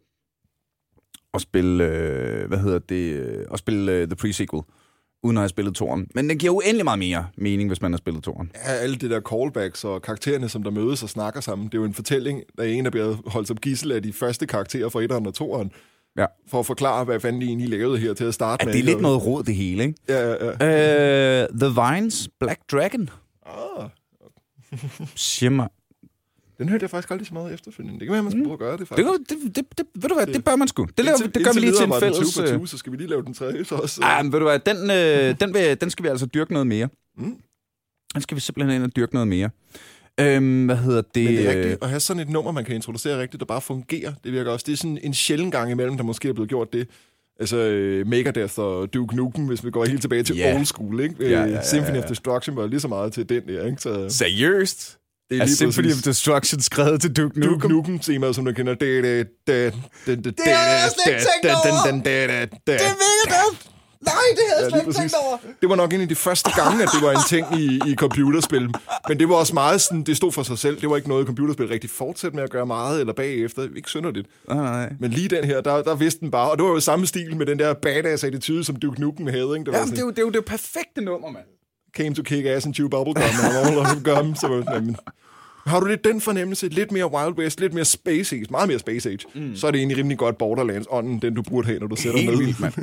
og spille, øh, hvad hedder det, øh, og spille øh, The Pre-Sequel, uden at have spillet toeren. Men det giver uendelig meget mere mening, hvis man har spillet toeren. Ja, alle de der callbacks og karaktererne, som der mødes og snakker sammen, det er jo en fortælling, der er en, der bliver holdt som gidsel af de første karakterer fra etteren og toeren. Ja. For at forklare, hvad fanden de egentlig lavede her til at starte ja, med. Det er lidt noget rod, det hele, ikke? Ja, ja, ja. Uh, The Vines, Black Dragon. Ah. Shimmer. Den hørte jeg faktisk aldrig så meget efterfølgende. Det kan være, at man skal mm. prøve at gøre det, faktisk. Det, det, det, det, ved du hvad, det bør man sgu. Det, laver, indtil, det gør vi lige til en fælles... tyve på tyve, så skal vi lige lave den tredje så også. Ah, men ved du hvad, den, øh, den, vil, den skal vi altså dyrke noget mere. Mm. Den skal vi simpelthen ind og dyrke noget mere. Øhm, hvad hedder det? Men det er rigtigt at have sådan et nummer, man kan introducere rigtigt, der bare fungerer. Det virker også. Det er sådan en sjælden gang imellem, der måske er blevet gjort det. Altså uh, Megadeth og Duke Nukem, hvis vi går helt tilbage til yeah. old school, ikke? Yeah, yeah, yeah, Symphony yeah. of Destruction var lige så meget til den der, ikke? Så... Seriøst? Det er, er Symphony of Destruction skrevet til Duke Nukem? Duke Nukem, temaet, som du kender. Det har jeg slet ikke tænkt over! Det er Megadeth! Nej, det havde jeg ja, slet ikke tænkt over. Det var nok en af de første gange, at det var en ting i, i computerspil. Men det var også meget sådan, det stod for sig selv. Det var ikke noget, computerspil rigtig fortsætte med at gøre meget eller bagefter. Ikke synderligt. Nej, nej. Men lige den her, der, der vidste den bare. Og det var jo samme stil med den der badass-attitude, som Duke Nukem havde. Ikke? Det var Jamen, sådan, det, er jo, det, er jo det perfekte nummer, mand. Came to kick ass and chew bubblegum and all of gum. Så var det, har du lidt den fornemmelse? Lidt mere Wild West, lidt mere Space Age, meget mere Space Age. Mm. Så er det egentlig rimelig godt Borderlands-ånden, den du burde have, når du sætter helt ned. Vildt, mand.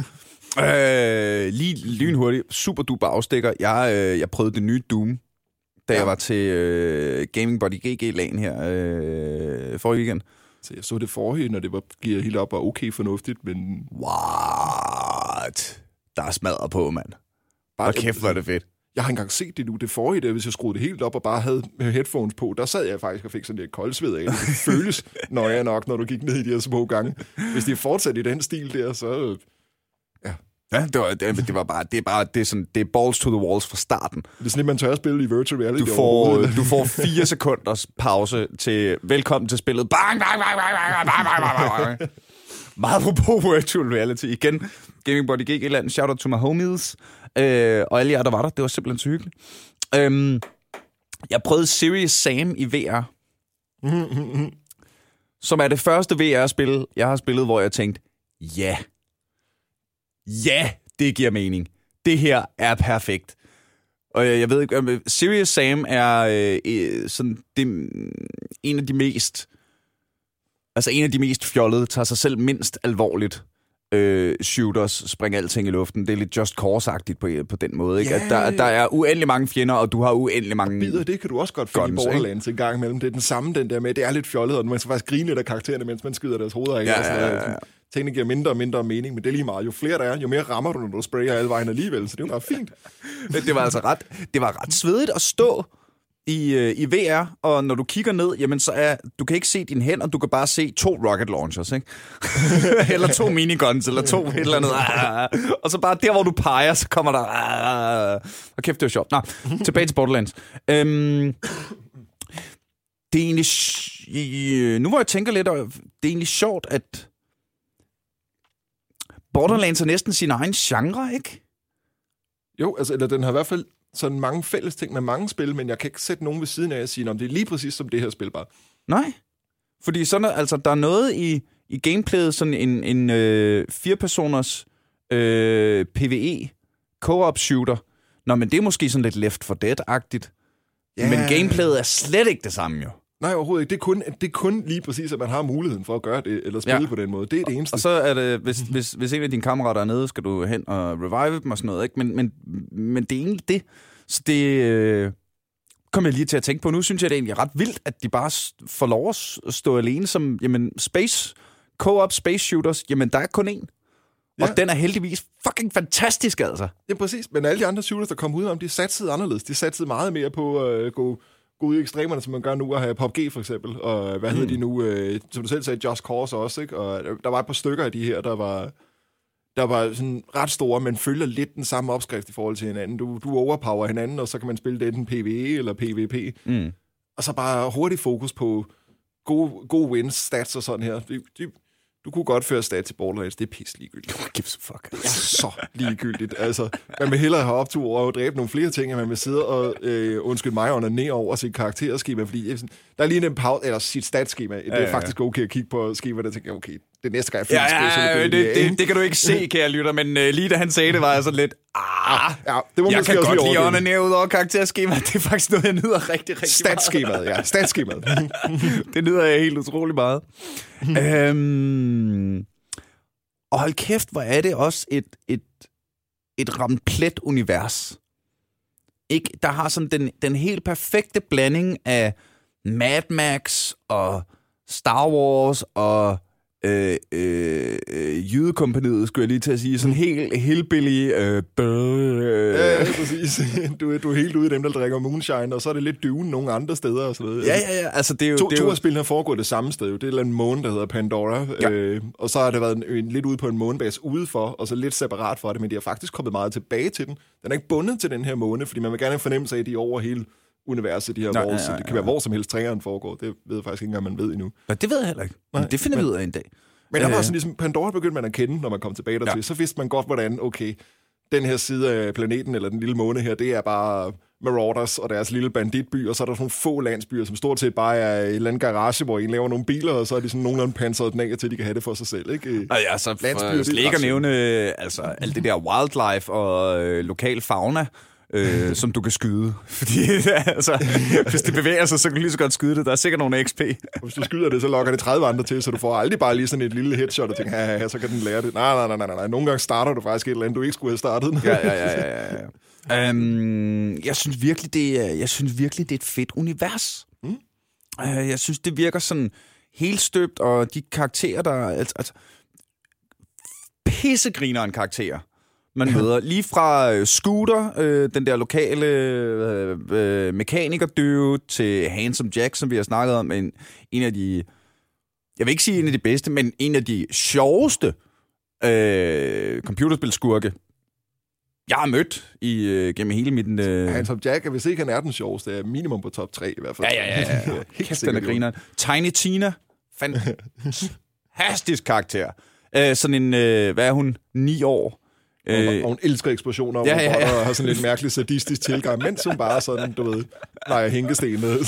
øh, lige lynhurtigt, super duper afstikker. Jeg, øh, jeg prøvede det nye Doom, da ja. jeg var til øh, Gaming Body G G-lagen her øh, forrige weekend. Så jeg så det forrige, når det var givet helt op, var okay fornuftigt, men... What? Der er smadret på, mand. Bare kæft, hvor er det fedt. Jeg har engang set det nu, det forrige, der, hvis jeg skruede det helt op og bare havde headphones på, der sad jeg faktisk og fik sådan lidt koldsved af. Det føles nøje nok, når du gik ned i de her små gange. Hvis de fortsat i den stil der, så... Ja, ja det, var, det, det var bare... Det er bare det er sådan, det er balls to the walls fra starten. Det er sådan, at man tør at spille i virtual reality. Du får, du får fire sekunders pause til velkommen til spillet. Bang, bang, bang, bang, bang, bang, bang, bang. Meget på virtual reality. Igen, Gaming Body G G-land. Shout out to my homies. Øh, og alle jer, der var der. Det var simpelthen så hyggeligt. Øhm, jeg prøvede Serious Sam i V R. Som er det første V R-spil, jeg har spillet, hvor jeg tænkte, ja. Ja, det giver mening. Det her er perfekt. Og jeg, jeg ved ikke, Serious Sam er øh, sådan det, en af de mest... Altså en af de mest fjollede, tager sig selv mindst alvorligt. Øh, shooters, springer alting i luften. Det er lidt Just Cause-agtigt på, på den måde. Ikke? Yeah. At der, der er uendelig mange fjender, og du har uendelig mange... Bider, det kan du også godt finde i Borderlands en gang imellem. Det er den samme, den der med, det er lidt fjollet, og man skal faktisk grine lidt af karaktererne, mens man skyder deres hoveder. Ikke? Ja, ja, ja, ja. Tingene giver mindre og mindre mening, men det er lige meget. Jo flere der er, jo mere rammer du, når du sprayer alle vejen alligevel, så det er jo bare fint. Det var altså ret, det var ret svedigt at stå i, i V R, og når du kigger ned, jamen så er, du kan ikke se dine hænder, du kan bare se to rocket launchers, ikke? Eller to miniguns, eller to et eller andet. Og så bare der, hvor du peger, så kommer der... Og kæft, det var sjovt. Nå, tilbage til Borderlands. Øhm, det er egentlig... Nu hvor jeg tænker lidt, det er egentlig sjovt, at Borderlands er næsten sin egen genre, ikke? Jo, altså, eller den har i hvert fald sådan mange fælles ting med mange spil, men jeg kan ikke sætte nogen ved siden af at sige, om det er lige præcis som det her spil bare. Nej. Fordi sådan, altså, der er noget i, i gameplayet, sådan en, en øh, fire-personers øh, PvE co-op shooter. Nå, men det er måske sådan lidt Left four Dead-agtigt. Yeah. Men gameplayet er slet ikke det samme, jo. Nej, overhovedet ikke. Det er, kun, det er kun lige præcis, at man har muligheden for at gøre det, eller spille ja. på den måde. Det er det eneste. Og så er det, hvis, hvis, hvis en af dine kammerater er nede, skal du hen og revive dem og sådan noget, ikke? Men, men, men det er egentlig det. Så det øh, kom jeg lige til at tænke på. Nu synes jeg, det er egentlig ret vildt, at de bare får lov at stå alene som, jamen, space, co-op space shooters. Jamen, der er kun én. Ja. Og den er heldigvis fucking fantastisk, altså. Ja, præcis. Men alle de andre shooters, der kom ud om, de satsede anderledes. De satsede meget mere på at øh, gå... gå ud i ekstremerne, som man gør nu, at have P U B G for eksempel, og hvad mm. hedder de nu, øh, som du selv sagde, Just Cause også, ikke? Og der var et par stykker af de her, der var, der var sådan ret store, men følger lidt den samme opskrift i forhold til hinanden. Du, du overpower hinanden, og så kan man spille det enten PvE eller PvP. Mm. Og så bare hurtigt fokus på gode, gode wins, stats og sådan her. De, de, du kunne godt føre stats i Borderlands, det er pisse ligegyldigt. Give a fuck. Det er så ligegyldigt. Altså, man vil hellere have optur over at dræbe nogle flere ting, end man vil sidde og, øh, undskyld mig, under ned over sit karakterskema, fordi sådan, der er lige en pause, eller sit statskema. Det er ja, ja, ja. faktisk okay at kigge på skema, der tænker, okay, det næste gang jeg finder ja, ja, ja, det, det, det, det kan du ikke se, kære lytter, men øh, lige da han sagde det, var jeg sådan lidt, ah, ja, det må jeg kan godt lide ånden ned ud over karakterskemaet. Det er faktisk noget, jeg nyder rigtig, rigtig Statskemaet, ja, statskemaet. Det nyder jeg helt utrolig meget. øhm, og hold kæft, hvor er det også et, et, et ramplet univers. Ikke? Der har sådan den, den helt perfekte blanding af Mad Max og Star Wars og Øh, øh, øh, jydekompaniet, skulle jeg lige til at sige. Sådan helt hillbilly. Øh, øh, ja, ja, præcis. Du, du er helt ude af dem, der drikker moonshine, og så er det lidt Dune nogle andre steder og sådan noget. Ja, ja, ja. Altså, det er jo, to, det er to af spillene har foregået det samme sted. Jo. Det er en måne, der hedder Pandora. Ja. Øh, og så har det været en, en, lidt ude på en månebase udefor, og så lidt separat fra det, men de har faktisk kommet meget tilbage til den. Den er ikke bundet til den her måne, fordi man vil gerne have fornemmelse af, at de er over hele universet, de her nej, hvor, nej, nej, det kan være hvor som helst træeren foregår. Det ved jeg faktisk ikke engang, man ved endnu. Ja, det ved jeg heller ikke. Men det finder vi ud af en dag. Men der var sådan ligesom, Pandora begyndte man at kende, når man kom tilbage dertil. Ja. Så vidste man godt, hvordan, okay, den her side af planeten, eller den lille måne her, det er bare Marauders og deres lille banditby, og så er der sådan nogle få landsbyer, som stort set bare er i en eller anden garage, hvor en laver nogle biler, og så er de sådan nogenlunde pansret den af, til de kan have det for sig selv, ikke? Nej, altså, for slet ikke at nævne altså, alt det der wildlife og øh, lokal fauna, Øh, som du kan skyde. Fordi altså, hvis det bevæger sig, så kan du lige så godt skyde det. Der er sikkert nogle X P. Og hvis du skyder det, så lokker det tredive andre til, så du får aldrig bare lige sådan et lille headshot og tænker, ja, ja, så kan den lære det. Nej, nej, nej, nej, nej. Nogle gange starter du faktisk et eller andet, du ikke skulle have startet. ja, ja, ja, ja, ja. Um, jeg synes virkelig, det er, jeg synes virkelig, det er et fedt univers. Mm. Uh, jeg synes, det virker sådan helt støbt, og de karakterer, der altså, altså pissegriner en karakter. Man møder lige fra øh, Scooter, øh, den der lokale øh, øh, mekaniker-dude, til Handsome Jack, som vi har snakket om, en, en af de, jeg vil ikke sige en af de bedste, men en af de sjoveste øh, computerspilskurke, jeg har mødt i, øh, gennem hele min... Øh... Handsome Jack, hvis ikke han er den sjoveste, er minimum på top tre i hvert fald. Ja, ja, ja. ja. Kæft, den er griner. Tiny Tina, fantastisk karakter. Øh, sådan en, øh, hvad er hun, ni år? Og, og hun elsker eksplosioner, ja, ja, ja. og har sådan lidt mærkelig sadistisk tilgang, mens hun bare sådan, du ved, leger hænkesten med.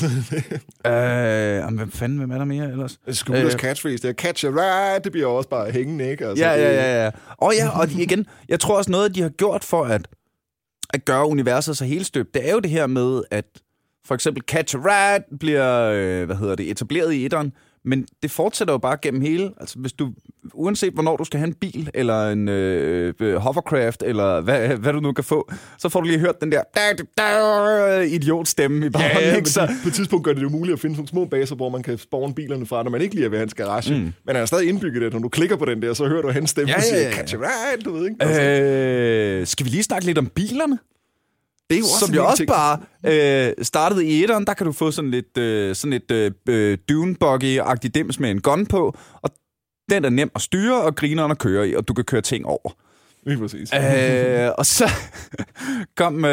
øh, hvad fanden, hvem er der mere ellers? Scooters øh, catchphrase, det er catch a ride, det bliver også bare hængende, ikke? Altså, ja, ja, ja, ja. Og ja, og de, igen, jeg tror også noget, de har gjort for at, at gøre universet så helt støbt, det er jo det her med, at for eksempel Catch a Ride bliver, øh, hvad hedder det, etableret i etteren, men det fortsætter jo bare gennem hele. Altså, hvis du, uanset hvornår du skal have en bil, eller en øh, hovercraft, eller hvad, hvad du nu kan få, så får du lige hørt den der da, da, da, idiotstemme i baggrunden. Ja, ja, så... på et tidspunkt gør det jo muligt at finde nogle små baser, hvor man kan spawne bilerne fra, når man ikke lige er ved hans garage. Mm. Men han er stadig indbygget det, når du klikker på den der, så hører du hans stemme, ja, ja, ja. Og siger, catch a ride, du ved ikke? Altså. Øh, skal vi lige snakke lidt om bilerne? Det er jo også som jo også ting. bare øh, startede i etteren, der kan du få sådan lidt øh, sådan et øh, dune-buggy-agtigt dims med en gun på, og den er nem at styre, og grineren at køre i, og du kan køre ting over. Lige præcis. Øh, og så kom...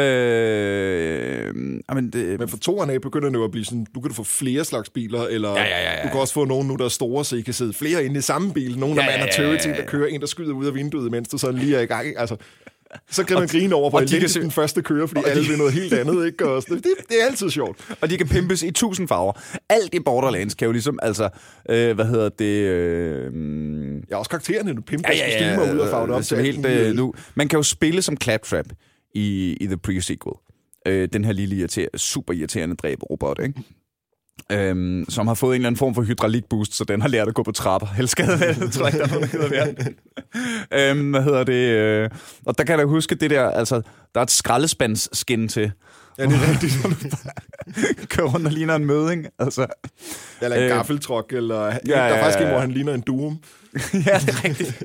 Øh, amen, det, Men for toeren af begynder det jo at blive sådan, du kan få flere slags biler, eller ja, ja, ja, ja. du kan også få nogen nu, der er store, så I kan sidde flere inde i samme bil. Nogen, der ja, ja, ja, ja, ja. Der kører en, der skyder ud af vinduet, mens du sådan lige er i gang. Altså, Så kan man grine over, hvor elendigt se... den første kører, fordi alle vil noget helt andet, ikke? Og det, det er altid sjovt. Og de kan pimpes i tusind farver. Alt i Borderlands kan jo ligesom, altså, øh, hvad hedder det... Øh, ja, også karaktererne, du pimper ja, ja, ja, kostymer ud og farver op til helt, øh, nu. Man kan jo spille som Claptrap i, i The Pre-Sequel. Øh, den her lille irriter- super irriterende dræberrobot, ikke? Øhm, som har fået en eller anden form for hydraulikboost, så den har lært at gå på trapper. Helst skade, jeg tror ikke, der er noget, der hedder det. øhm, hvad hedder det? Øh, og der kan jeg da huske det der, altså, der er et skraldespandsskin til. Ja, det er rigtigt. Kører rundt og ligner en møding, altså. Eller en øh, gaffeltruck, eller... Ja, ja, der er faktisk ja, ja. en, hvor han ligner en Doom. Ja, det er rigtigt.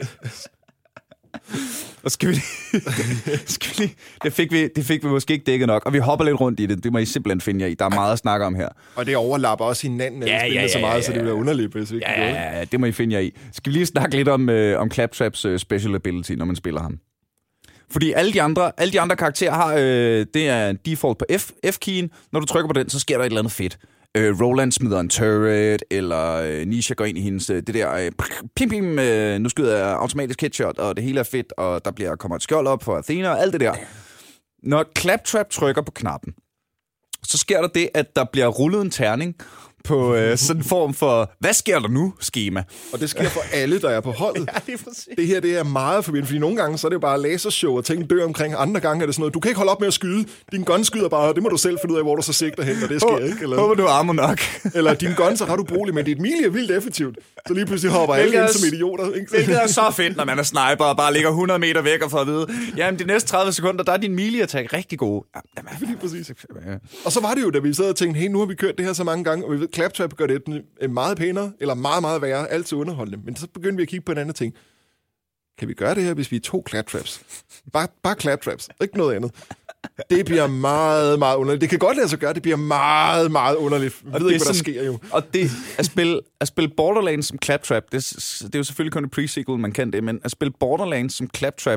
Og skal vi skal vi lige, det, fik vi, det fik vi måske ikke dækket nok, og vi hopper lidt rundt i det. Det må I simpelthen finde jer i. Der er meget at snakke om her. Og det overlapper også hinanden, ja, ja, ja, ja, så meget, ja, ja, ja. Så det bliver underligt, hvis vi ikke ja, ja, ja, det må I finde jer i. Skal vi lige snakke lidt om, øh, om Claptraps øh, special ability, når man spiller ham? Fordi alle de andre, alle de andre karakterer har, øh, det er en default på F, F-keyen. Når du trykker på den, så sker der et eller andet fedt. Øh, Roland smider en turret, eller øh, Nisha går ind i hendes, øh, det der, øh, pim, pim, øh, nu skyder jeg automatisk headshot, og det hele er fedt, og der bliver, kommer et skjold op for Athena, og alt det der. Når Claptrap trykker på knappen, så sker der det, at der bliver rullet en terning på øh, sådan en form for, hvad sker der nu, skema. Og det sker for alle, der er på holdet. Ja, det, er det her, det er meget forvirrende, fordi nogle gange, så er det jo bare lasershow, og ting dør omkring. Andre gange er det sådan noget, du kan ikke holde op med at skyde. Din gun skyder bare, det må du selv finde ud af, hvor du så sigter hen, og det sker ikke. Eller, håber, du armer nok. Eller din gun så ret ubrugelig, men dit melee er vildt effektivt. Så lige pludselig hopper alle ind som idioter. Ikke? Hvilket er så fedt, når man er sniper og bare ligger hundrede meter væk og får at vide, jamen de næste tredive sekunder, der er din melee-attack rigtig gode. Jamen, lige præcis. Og så var det jo, da vi sad og tænkte, hey, nu har vi kørt det her så mange gange, og vi ved, Claptrap gør det meget pænere, eller meget, meget værre, altid underholdende. Men så begyndte vi at kigge på en anden ting. Kan vi gøre det her, hvis vi er to Claptraps? Bare, bare Claptraps, ikke noget andet. Det bliver meget, meget underligt. Det kan godt lade sig gøre, det bliver meget, meget underligt. Jeg ved ikke, hvad der sker jo. Og det, at spille, at spille Borderlands som Claptrap, det, det er jo selvfølgelig kun et pre-sequel, man kan det, men at spille Borderlands som Claptrap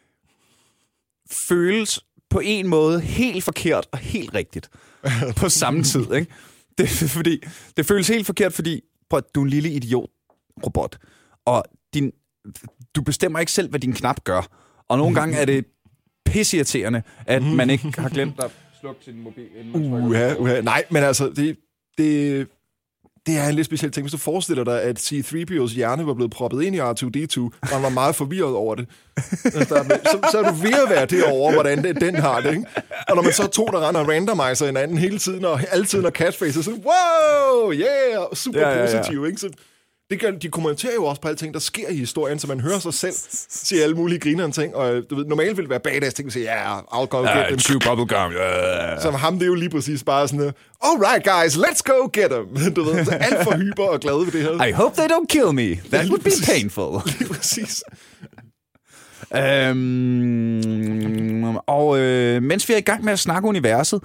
føles på en måde helt forkert og helt rigtigt på samme tid, ikke? Det, fordi, det føles helt forkert, fordi prøv, du er en lille idiot-robot, og din, du bestemmer ikke selv, hvad din knap gør. Og nogle gange er det pisseirriterende, at man ikke har glemt at slukke sin mobil. Uha, uha. Nej, men altså, det, det, det er en lidt speciel ting. Hvis du forestiller dig, at C tre P O's hjerne var blevet proppet ind i R to D to, og han var meget forvirret over det, så, så er du ved at være derovre, hvordan det, den har det, ikke? Og når man så er to, der render og randomiser hinanden hele tiden, og altid når catface er sådan, wow, yeah, super ja, ja, ja. positiv, ikke? Så det gør, de kommenterer jo også på alle ting, der sker i historien, så man hører sig selv sige alle mulige grinerende ting, og du ved, normalt vil det være badass ting, at sige, ja, yeah, I'll go yeah, get them. Chew bubblegum, yeah. Som ham, det er jo lige præcis bare sådan, alright guys, let's go get them. Du ved, så alt for hyper og glad ved det her. I hope they don't kill me. That would be painful. Lige præcis. Øhm, og øh, mens vi er i gang med at snakke universet,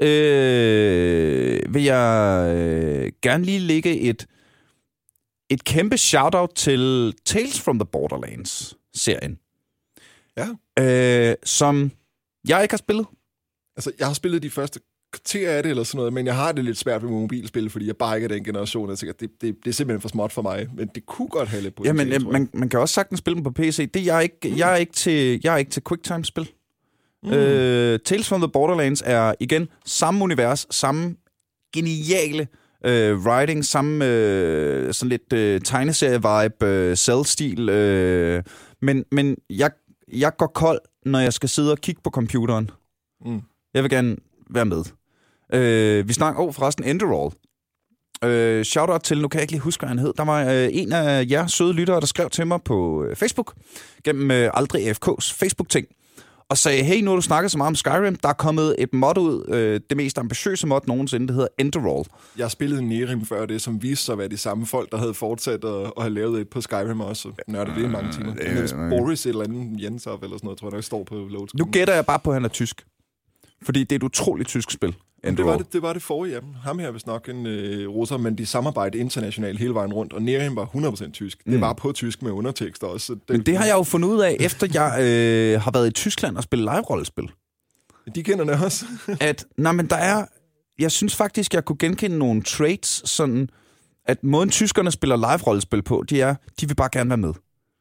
øh, vil jeg øh, gerne lige lægge et et kæmpe shout-out til Tales from the Borderlands-serien. Ja. Øh, som jeg ikke har spillet. Altså, jeg har spillet de første kvarter af det eller sådan noget, men jeg har det lidt svært med mobilspil, fordi jeg bare ikke er den generation, jeg tænker, det, det, det er simpelthen for småt for mig, men det kunne godt have lidt på. Jamen, øh, man, man kan også sagtens spille dem på P C. Det jeg er ikke, mm. jeg er ikke til, jeg er ikke til QuickTime-spil. Mm. Øh, Tales from the Borderlands er igen samme univers, samme geniale øh, writing, samme øh, sådan lidt øh, tegneserie-vibe, øh, cell-stil, øh, men, men jeg, jeg går kold, når jeg skal sidde og kigge på computeren. Mm. Jeg vil gerne være med. Øh, vi snakker, oh, forresten, Enderall. Øh, shout-out til, nu kan jeg ikke lige huske, hvad han hed. Der var øh, en af jer søde lyttere, der skrev til mig på øh, Facebook, gennem øh, Aldrig A F K's Facebook-ting, og sagde, hey, nu har du snakket så meget om Skyrim, der er kommet et mod ud, øh, det mest ambitiøse mod nogensinde, det hedder Enderall. Jeg spillede Nerim før det, som viste sig at være de samme folk, der havde fortsat at, at have lavet et på Skyrim også. Nørdet det i mange timer. Det hedder Boris eller andet Jensov eller sådan noget, tror jeg nok står på load. Nu gætter jeg bare på, at han er tysk. Fordi det er et utroligt tysk spil. Det var det, det var det forrige af dem. Ham her er vist nok en øh, russer, men de samarbejder internationalt hele vejen rundt, og Nerim var hundrede procent tysk. Mm. Det var på tysk med undertekster også. Så det, men det har jeg jo fundet ud af, efter jeg øh, har været i Tyskland og spillet live-rollespil. De kender det også. at, nej, men der er... Jeg synes faktisk, jeg kunne genkende nogle traits, sådan, at måden tyskerne spiller live-rollespil på, de er, de vil bare gerne være med.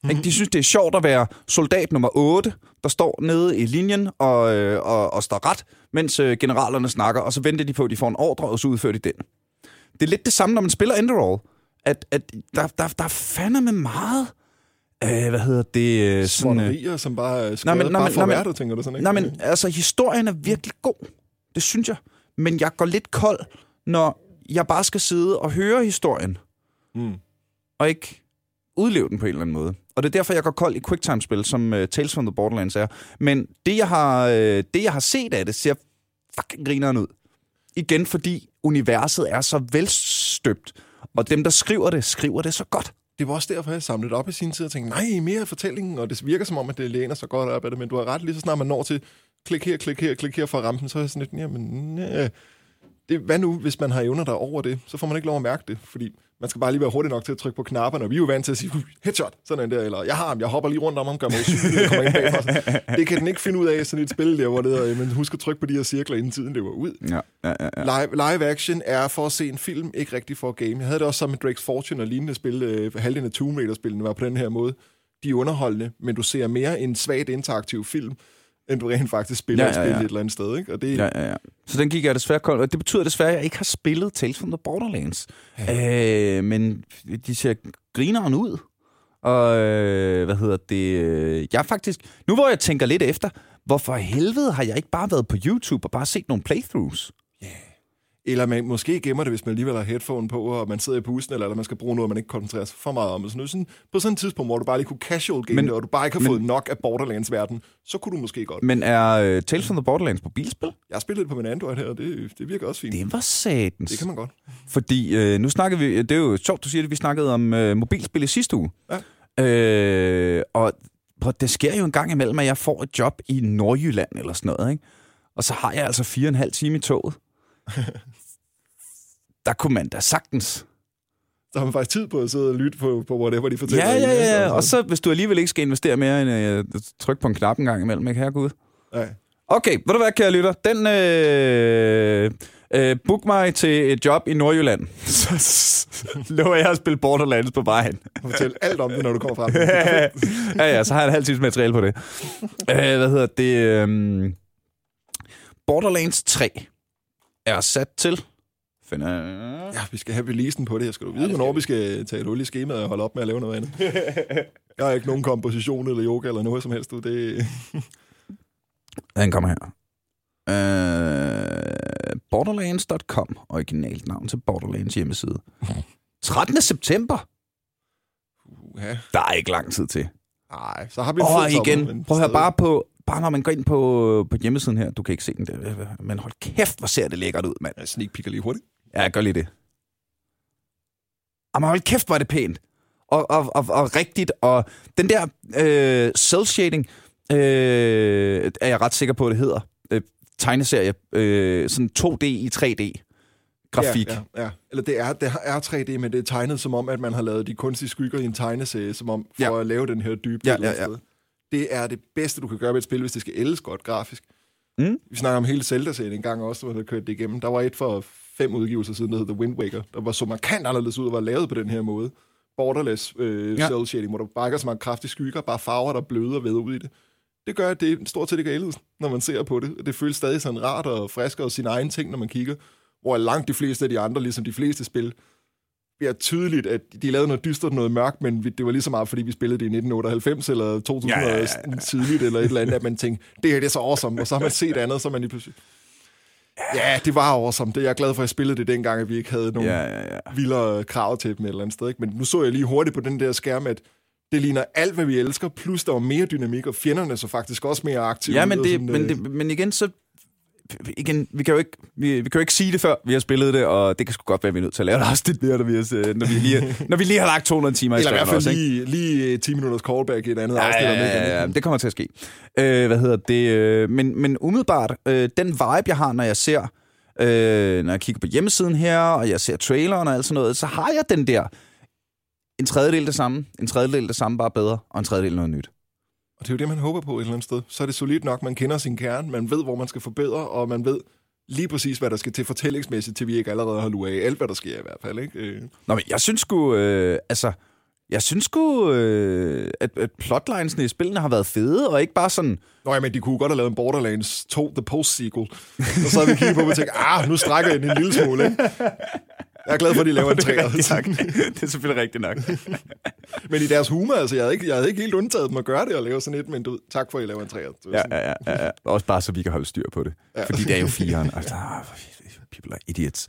Mm. De synes, det er sjovt at være soldat nummer otte, der står nede i linjen og, øh, og, og står ret, mens øh, generalerne snakker, og så venter de på, at de får en ordre, og så udfører de den. Det er lidt det samme, når man spiller Enderal, at, at der, der, der er fandme meget... Øh, hvad hedder det? Småtterier, øh, som bare er skrevet bare for værd, tænker du sådan, ikke? Nej, men altså, historien er virkelig god. Det synes jeg. Men jeg går lidt kold, når jeg bare skal sidde og høre historien. Mm. Og ikke udleve den på en eller anden måde. Og det er derfor, jeg går kold i quicktime-spil, som uh, Tales from the Borderlands er. Men det, jeg har, uh, det, jeg har set af det, ser fucking grineren ud. Igen, fordi universet er så velstøbt. Og dem, der skriver det, skriver det så godt. Det var også derfor, jeg samlede op i sin tid og tænkte, nej, mere fortællingen, og det virker som om, at det læner så godt op af det, men du har ret, lige så snart man når til klik her, klik her, klik her for rampen, så er jeg sådan lidt, jamen, næh. Det, hvad nu, hvis man har evner der over det, så får man ikke lov at mærke det, fordi man skal bare lige være hurtig nok til at trykke på knapperne, og vi er jo vant til at sige, headshot, sådan der, eller jeg har ham, jeg hopper lige rundt om ham, gør mig usynlig, og kommer ind bagfra. Det kan den ikke finde ud af sådan et spil der, hvor det er, men husk at trykke på de her cirkler, inden tiden løber ud. Ja, ja, ja, ja. Live, live action er for at se en film, ikke rigtig for at game. Jeg havde det også sammen med Drake's Fortune og lignende spil, øh, halvdelen af Tomb Raider-spillene var på den her måde. De er underholdende, men du ser mere en svagt interaktiv film, end du rent faktisk spiller ja, ja, ja. et spil et eller andet sted, ikke? Og det... ja, ja, ja. Så den gik jeg desværre kold. Og det betyder desværre, at jeg ikke har spillet Tales from the Borderlands. Ja. Øh, men de ser grineren ud. Og øh, hvad hedder det? Jeg faktisk... Nu hvor jeg tænker lidt efter, hvorfor helvede har jeg ikke bare været på YouTube og bare set nogle playthroughs? Ja. Yeah. Eller man måske gemmer det, hvis man alligevel har headphone på, og man sidder i bussen, eller, eller man skal bruge noget, man ikke koncentrerer sig for meget om. Så nu, sådan, på sådan et tidspunkt, hvor du bare lige kunne casual game men, det, og du bare ikke har men, fået nok af Borderlands-verden, så kunne du måske godt. Men er uh, Tales from the Borderlands på bilspil? Jeg har spillet det på min Android her, og det, det virker også fint. Det var satans. Det kan man godt. Fordi uh, nu snakkede vi, det er jo sjovt, du siger det, vi snakkede om uh, mobilspil i sidste uge. Ja. Uh, og det sker jo en gang imellem, at jeg får et job i Nordjylland eller sådan noget, ikke? Og så har jeg altså fire og en halv time i toget. Der kunne man da sagtens. Der har man faktisk tid på at sidde og lytte på, på whatever de fortæller. Ja, ja, ja, ja. Og så hvis du alligevel ikke skal investere mere end at uh, trykke på en knap en gang imellem, ikke herregud? Nej. Okay, ved du hvad, kære lytter? Den, øh, øh, book mig til et job i Nordjylland. Så lover jeg at spille Borderlands på vejen. Fortæl alt om det, når du kommer frem. ja, ja, så har jeg en halv times materiale på det. øh, hvad hedder det? Øh, Borderlands tre er sat til... Finder... Ja, vi skal have releasen på det. Jeg skal du vide, ja, hvornår vi skal tage et hul i skemaet og holde op med at lave noget andet. Jeg har ikke nogen komposition eller yoga eller noget som helst. Det... Den kommer her. Uh, Borderlands punktum com. Originalt navn til Borderlands hjemmeside. trettende september. Uh-huh. Der er ikke lang tid til. Nej, så har vi en Og igen, sommer, prøv at høre bare på... Bare når man går ind på, på hjemmesiden her, du kan ikke se den der, men hold kæft, hvor ser det lækkert ud, mand. Jeg sneak peeker lige hurtigt. Ja, jeg gør lige det. Jamen hold kæft, hvor er det pænt. Og, og, og, og rigtigt, og den der øh, cel-shading, øh, er jeg ret sikker på, at det hedder. Øh, tegneserie, øh, sådan to D i tre D-grafik. Ja, ja, ja. Eller det er, det er tre D, men det er tegnet som om, at man har lavet de kunstige skygger i en tegneserie, som om for ja. at lave den her dybe. Ja, ja, ja. Det er det bedste, du kan gøre ved et spil, hvis det skal ældes godt grafisk. Mm. Vi snakker om hele Zelda-serien en gang også, hvor der kørte det igennem. Der var et for fem udgivelser siden, der hed The Wind Waker, der var så markant anderledes ud og var lavet på den her måde. Borderless øh, ja. cel-shading, hvor du bare ikke så mange kraftige skygger, bare farver, der bløder og væder ud i det. Det gør, at det stort set ikke er ældes, når man ser på det. Det føles stadig sådan rart og frisk og sin egen ting, når man kigger. Hvor langt de fleste af de andre, ligesom de fleste spil, bliver tydeligt, at de lavede noget dystert, noget mørkt, men det var lige så meget, fordi vi spillede det i nitten otteoghalvfems eller to tusind ja, ja, ja, ja. tidligt, eller et eller andet, at man tænkte, det her det er så awesome, og så har man set andet, så man lige pludselig... Ja, det var awesome. Det er jeg er glad for, at jeg spillede det dengang, at vi ikke havde nogen ja, ja, ja. vildere krav til dem et eller andet sted. Ikke? Men nu så jeg lige hurtigt på den der skærm, at det ligner alt, hvad vi elsker, plus der var mere dynamik, og fjenderne så faktisk også mere aktive. Ja, men, det, sådan, men, øh... det, men igen, så... Igen, vi kan jo ikke, vi, vi kan jo ikke sige det før, vi har spillet det, og det kan sgu godt være, at vi er nødt til at lave det også lidt mere, når vi, har, når vi, lige, når vi lige har lagt to hundrede timer i Eller i hvert fald også, lige, lige ti minutters callback i et andet ja, afsnit. Ja, ja, ja, det kommer til at ske. Øh, hvad hedder det? Øh, men, men umiddelbart, øh, den vibe, jeg har, når jeg ser, øh, når jeg kigger på hjemmesiden her, og jeg ser traileren og alt sådan noget, så har jeg den der, en tredjedel det samme, en tredjedel det samme, bare bedre, og en tredjedel noget nyt. Og det er jo det, man håber på et eller andet sted. Så er det solidt nok, man kender sin kerne, man ved, hvor man skal forbedre, og man ved lige præcis, hvad der skal til fortællingsmæssigt, til vi ikke allerede har luret af alt, hvad der sker i hvert fald. Ikke? Nå, men jeg synes sgu, øh, altså, Jeg synes sgu, øh, at, at plotlinesene i spillene har været fede, og ikke bare sådan... Nå ja, men de kunne godt have lavet en Borderlands to The Post-sequel. Og så havde vi kigget på og tænkt, ah, nu strækker jeg den en lille smule, ikke? Jeg er glad for, at de laver en træer. Det er selvfølgelig rigtigt nok. Men i deres humor, altså, jeg havde, ikke, jeg havde ikke helt undtaget dem at gøre det og lave sådan et, men du, tak for, at I laver en træer. Ja, ja, ja, ja. Også bare så vi kan holde styr på det. Ja. Fordi det er jo fireren. Altså, people are idiots.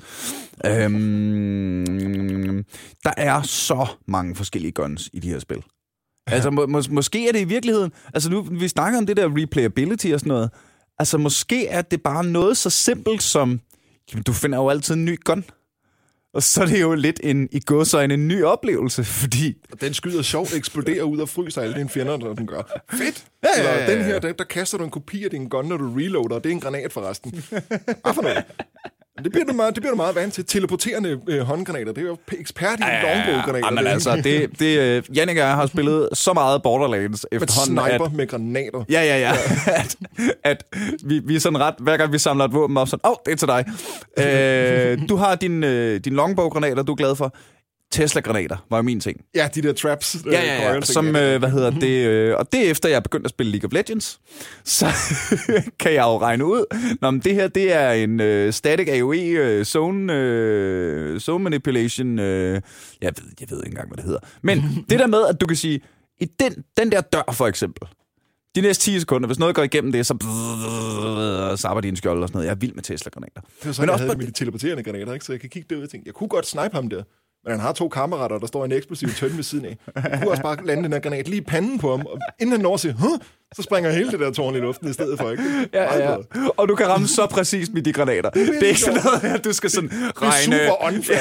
Øhm, der er så mange forskellige guns i de her spil. Altså, må, må, måske er det i virkeligheden... Altså, nu vi snakker om det der replayability og sådan noget. Altså, måske er det bare noget så simpelt som... Jamen, du finder jo altid en ny gun. Og så er det jo lidt en, i gåseøjne en ny oplevelse, fordi... Den skyder sjovt, eksploderer ud og fryser alle dine fjender, når den gør. Fedt! Ja, ja, ja, ja. Den her, der, der kaster du en kopi af din gun, når du reloader, og det er en granat forresten. Hvad for noget? Det bliver du meget, det bliver du meget vant til. Teleporterende øh, håndgranater, det er jo ekspert i ja, longbow-granater. Men altså, det, det, uh, Jannik og jeg har spillet så meget Borderlands efterhånden. Med sniper at, med granater. Ja, ja, ja. at at vi, vi er sådan ret, hver gang vi samler et våben op, sådan, åh, oh, det er til dig. Uh, du har din, uh, din longbow-granater, du er glad for. Tesla-granater var jo min ting. Ja, de der traps. Ja, ja, ja. Som, øh, hvad hedder det, øh, og det efter jeg er begyndt at spille League of Legends, så kan jeg jo regne ud, nå, men det her, det er en øh, static A O E øh, zone, øh, zone manipulation, øh, jeg, ved, jeg ved ikke engang, hvad det hedder. Men det der med, at du kan sige, i den, den der dør for eksempel, de næste ti sekunder, hvis noget går igennem det, så sapper dine skjold og sådan noget. Jeg er vild med Tesla-granater. Det var sådan, men jeg også havde med de teleporterende granater, ikke? Så jeg kan kigge derud og tænke, jeg kunne godt snipe ham der. Men han har to kammerater, der står en eksplosiv tønde ved siden af. Jeg kunne også bare lande den her granat lige i panden på ham, og inden han når at sige, huh? Så springer hele det der tårn i luften i stedet for, ikke? Ja, ja. Og du kan ramme så præcist med de granater. Det er, det er ikke sådan noget, at du skal sådan regne... Det er super unfair.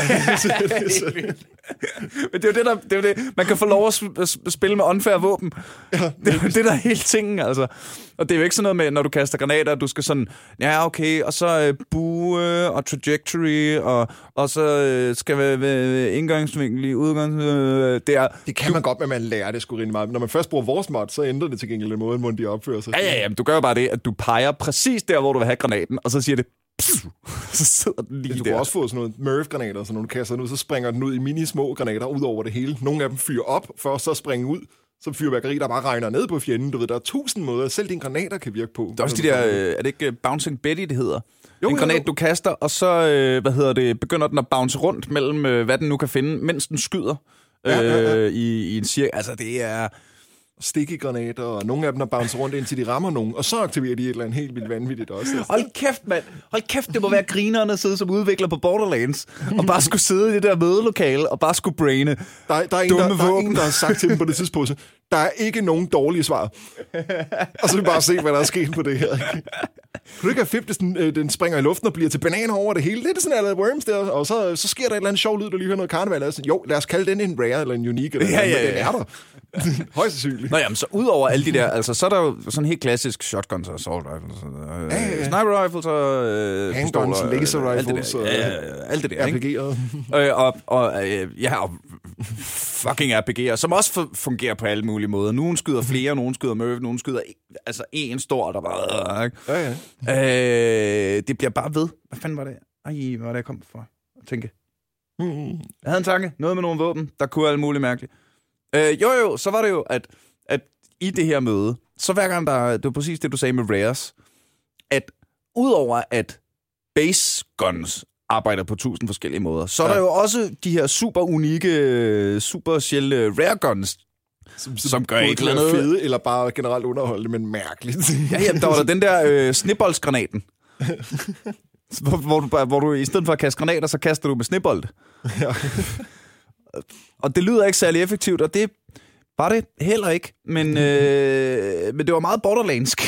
Ja, men det er jo det, der... Det er jo det. Man kan få lov at spille med unfair våben. Ja, det er jo det, der er hele tingen, altså. Og det er jo ikke sådan noget med, når du kaster granater, at du skal sådan... Ja, okay, og så uh, bue og trajectory, og, og så uh, skal vi være indgangsvinkel i udgangs... Uh, det, er, det kan du, man godt, men man lærer det sgu rigtig meget. Når man først bruger vores mod, så ændrer det til gengæld den måde, måden de opfører sig. Ja, ja, ja, men du gør bare det, at du peger præcis der, hvor du vil have granaten, og så siger det... Så sidder den lige ja, du der. kan også få sådan noget Merv-granater, så når du kaster den ud, så springer den ud i mini-små granater ud over det hele. Nogle af dem fyrer op, for så springe ud, som fyrværkeri, der bare regner ned på fjenden. Du ved, der er tusind måder, selv dine granater kan virke på. Der er også de der, er det ikke Bouncing Betty, det hedder? Jo, en granat, jo. du kaster, og så, hvad hedder det, begynder den at bounce rundt mellem, hvad den nu kan finde, mens den skyder ja, ja, ja. Øh, i, i en cirkel. Altså, det er... Sticky-granater, og nogle af dem er bouncer rundt, indtil de rammer nogen, og så aktiverer de et eller andet helt vildt vanvittigt også. Hold kæft, mand! Hold kæft, det må være grinerne at sidde som udvikler på Borderlands, og bare skulle sidde i det der mødelokale, og bare skulle braine der, der, er en, der, der er en, der har sagt til dem på det tidspunkt, der er ikke nogen dårlige svar. Og så vil vi bare se, hvad der er sket på det her. Kunne du ikke have fedt, hvis den, øh, den springer i luften og bliver til bananer over det hele? Det er sådan noget Worms der, og så, så sker der et eller andet sjov lyd, der lige hører noget karneval. Altså, jo, lad os kalde den en rare eller en unique, eller ja, ja, ja. Den er der. Højst sandsynligt. Nå jamen, så ud over alle de der, altså så er der jo sådan helt klassisk shotguns og assault rifles, og, øh, ja, ja. Sniper rifles og øh, handguns, laser rifles, og ja, ja, alt det der, R P G'er. øh, og, og øh, ja, og fucking R P G'er, som også fungerer på alle mulige måder. Nogle skyder flere, nogle skyder Merv, nogle skyder altså en stor, der bare... Øh, ja, ja. Øh, det bliver bare ved. Hvad fanden var det? Ej, hvad var det, jeg kom for at tænke? Mm. Jeg havde en tanke. Noget med nogle våben, der kunne alt muligt mærkeligt. Øh, jo, jo, så var det jo, at, at i det her møde, så hver gang der... Det var præcis det, du sagde med rares, at udover at base guns arbejder på tusind forskellige måder, så ja. er der jo også de her super unikke, super sjældne rare guns, som, som gør et eller andet fede, eller bare generelt underholdende, men mærkeligt. Ja, jamen, der var der den der øh, sneboldsgranaten. hvor, hvor, du, hvor du i stedet for at kaste granater, så kaster du med snebold. Ja. Og det lyder ikke særlig effektivt, og det var det heller ikke. Men, øh, men det var meget borderlandsk.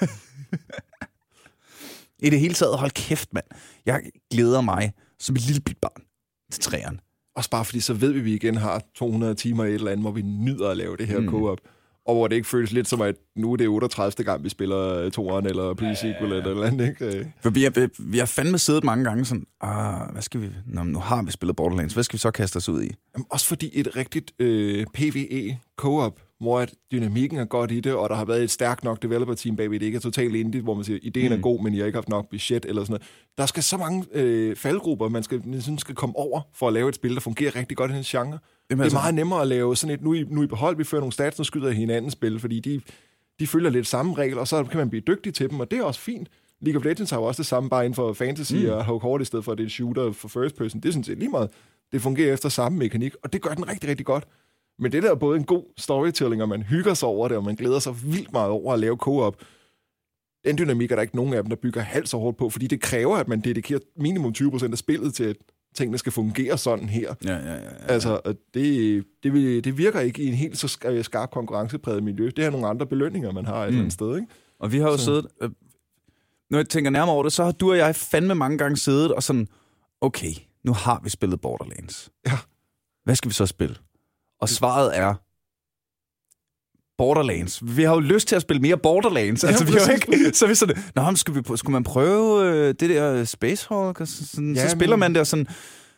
I det hele taget, hold kæft, mand. Jeg glæder mig som et lille bit barn til træerne. Også bare fordi, så ved vi, at vi igen har to hundrede timer i et eller andet, hvor vi nyder at lave det her mm. co-op. Og hvor det ikke føles lidt som, at nu er det otteogtredivte gang, vi spiller toeren eller pre-sequel eller et eller andet, ikke? For vi har, vi har fandme siddet mange gange sådan, ah, hvad skal vi... Nå, nu har vi spillet Borderlands, hvad skal vi så kaste os ud i? Jamen, også fordi et rigtigt øh, P V E co-op hvor at dynamikken er godt i det, og der har været et stærkt nok developer-team bagved, det ikke er totalt indie, hvor man siger, ideen mm. er god, men I har ikke haft nok budget eller sådan noget. Der skal så mange øh, faldgrupper, man skal, man synes, skal komme over for at lave et spil, der fungerer rigtig godt i den genre. Jamen, det er altså meget nemmere at lave sådan et, nu i, nu i behold, vi fører nogle stats, og skyder i hinandens spil, fordi de, de følger lidt samme regler, og så kan man blive dygtig til dem, og det er også fint. League of Legends har jo også det samme, bare inden for fantasy mm. og hardcore, i stedet for at det er shooter for first person. Det synes jeg lige meget. Det fungerer efter samme mekanik, og det gør den rigtig, rigtig godt. Men det der er både en god storytelling, og man hygger sig over det, og man glæder sig vildt meget over at lave co-op. Den dynamik er der ikke nogen af dem, der bygger halvt så hårdt på, fordi det kræver, at man dedikerer minimum tyve procent af spillet til, at tingene skal fungere sådan her. Ja, ja, ja, ja. Altså, det, det, det virker ikke i en helt så skarp konkurrencepræget miljø. Det er nogle andre belønninger, man har et mm. eller andet sted, ikke? Og vi har jo så. siddet... Øh, når jeg tænker nærmere over det, så har du og jeg fandme mange gange siddet og sådan, okay, nu har vi spillet Borderlands. Ja. Hvad skal vi så spille? Og svaret er Borderlands. Vi har jo lyst til at spille mere Borderlands. Ja, altså, vi har ikke, så er vi sådan, nå, men skulle, vi, skulle man prøve øh, det der Space Hulk? Og sådan, ja, så spiller men... man der sådan,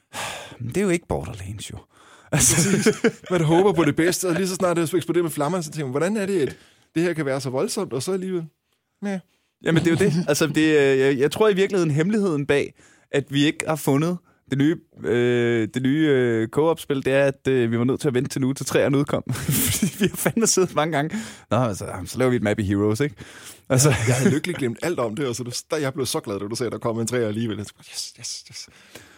det er jo ikke Borderlands jo. Altså. Man håber på det bedste, og lige så snart det eksploderer med flammer, så tænker man, hvordan er det, at det her kan være så voldsomt, og så alligevel... Ja. Jamen, det er jo det. Altså, det, jeg, jeg tror i virkeligheden, hemmeligheden bag, at vi ikke har fundet det nye, øh, det nye øh, co-op-spil, det er, at øh, vi var nødt til at vente til nu, til træerne udkom. Fordi vi har fandme siddet mange gange. Nå, altså, så laver vi et map i Heroes, ikke? Altså. Jeg havde lykkeligt glemt alt om det, og så der, jeg blev så glad, da du sagde, at der kom en træer alligevel. Jeg tænkte, yes, yes, yes.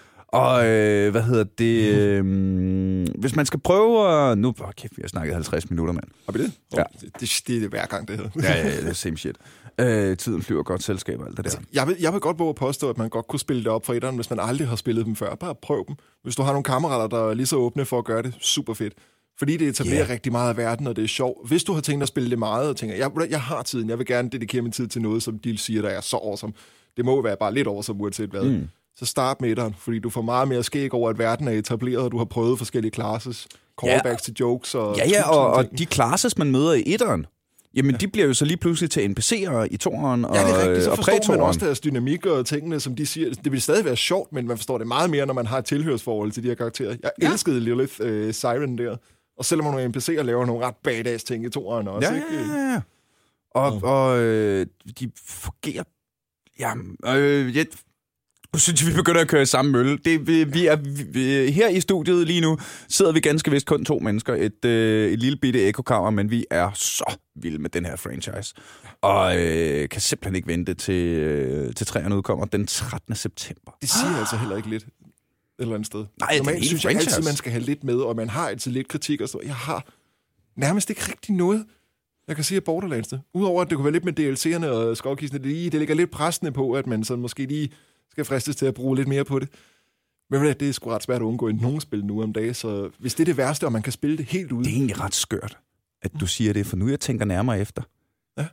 Og øh, hvad hedder det? Øh, hvis man skal prøve at... Nu, oh, kæft, vi har snakket halvtreds minutter, mand. Har vi det? Ja. Det, det, det er det hver gang, det hedder. Ja, ja, det er same shit. Øh, tiden flyver godt, selskab og alt det der. Altså, jeg, vil, jeg vil godt våge at påstå, at man godt kunne spille det op for etteren, hvis man aldrig har spillet dem før. Bare prøv dem. Hvis du har nogle kammerater, der er lige så åbne for at gøre det, super fedt. Fordi det etablerer yeah. rigtig meget af verden, og det er sjovt. Hvis du har tænkt at spille det meget, og tænker, jeg, jeg har tiden, jeg vil gerne dedikere min tid til noget, som de siger, der er så awesome. Det må være bare lidt awesome, uanset hvad. Mm. Så start med etteren, fordi du får meget mere skæg over, at verden er etableret, og du har prøvet forskellige classes, callbacks ja. til jokes og... Ja, ja, og, og de classes, man møder i etteren, jamen, ja. de bliver jo så lige pludselig til N P C'er i toeren og, ja, det er rigtigt. Så forstår man også deres dynamik og tingene, som de siger. Det vil stadig være sjovt, men man forstår det meget mere, når man har et tilhørsforhold til de her karakterer. Jeg ja. elskede Lilith uh, Siren der. Og selvom man nogle N P C'er laver nogle ret badass ting i toeren også, ja, ikke? Ja, ja, Og, ja. og øh, de fungerer... Ja, øh, jeg synes, vi begynder at køre i samme mølle. Det, vi, vi er, vi, her i studiet lige nu sidder vi ganske vist kun to mennesker. Et, øh, et lille bitte ekokammer, men vi er så vilde med den her franchise. Og øh, kan simpelthen ikke vente til, øh, til træerne udkommer den trettende september. Det siger ah. altså heller ikke lidt et eller andet sted. Nej, normalt synes jeg altid, man skal have lidt med, og man har altid lidt kritik og så. Jeg har nærmest ikke rigtig noget, jeg kan sige af Borderlands det. Udover at det kunne være lidt med D L C'erne og skovkistene, det, det ligger lidt pressende på, at man så måske lige skal fristes til at bruge lidt mere på det. Men det er sgu ret svært at undgå i nogen spil nu om dagen, så hvis det er det værste, og man kan spille det helt ud. Det er egentlig ret skørt, at du siger det, for nu jeg tænker nærmere efter. Ja.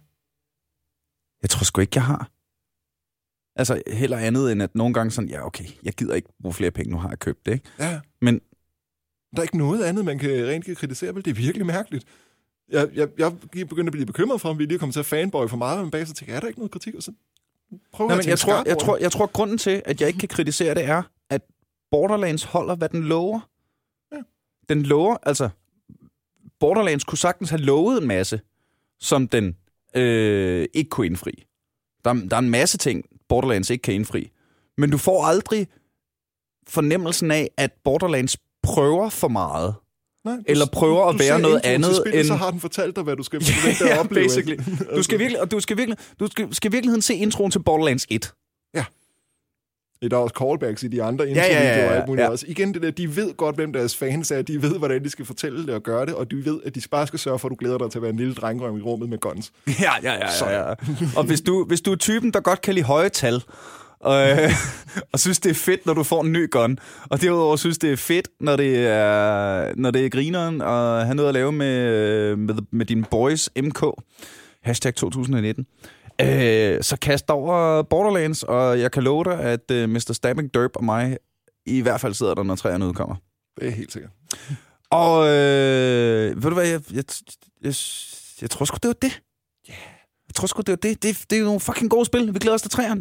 Jeg tror sgu ikke, jeg har. Altså heller andet end at nogle gange sådan, ja okay, jeg gider ikke bruge flere penge, nu har jeg købt det, ikke? Ja. Men der er ikke noget andet, man kan rent kan kritisere, vel? Det er virkelig mærkeligt. Jeg, jeg, jeg begyndte at blive bekymret for, om vi lige kommer til at fanboy for meget, men bag så tænker jeg, er der ikke noget kritik? Og så prøver Nej, men jeg, tror, jeg, tror, jeg tror, grunden til, at jeg ikke kan kritisere det, er, at Borderlands holder, hvad den lover. Ja. Den lover, altså, Borderlands kunne sagtens have lovet en masse, som den øh, ikke kunne indfri. Der, der er en masse ting, Borderlands ikke kan indfri. Men du får aldrig fornemmelsen af, at Borderlands prøver for meget. Nej, du, eller prøver at være noget andet spillet, end... så har den fortalt dig, hvad du skal forvente at opleve. Basically. Du skal virkelig, og du skal virkelig, du skal, skal virkeligheden se introen til Borderlands et. Ja. Der er også callbacks i de andre introvideoer ja, ja, ja, ja, og alt muligt ja. også. Igen det der, de ved godt, hvem deres fans er, de ved, hvordan de skal fortælle det og gøre det, og de ved, at de bare skal sørge for, at du glæder dig til at være en lille drengrøm i rummet med guns. Ja, ja, ja. ja, ja. Og hvis du, hvis du er typen, der godt kan lide høje tal, og, øh, og synes, det er fedt, når du får en ny gun. Og derudover synes, det er fedt, når det er, når det er grineren, og have noget at lave med, med, med dine boys M K. Hashtag to tusind nitten. Øh, så kast over Borderlands, og jeg kan love dig, at øh, mister Stabbing Derp og mig i hvert fald sidder der, når træerne udkommer. Det er helt sikkert. Og øh, ved du hvad, jeg, jeg, jeg, jeg tror sgu, det var det. Yeah. tror sgu, det er det. Det, det er jo nogle fucking gode spil. Vi glæder os til træerne.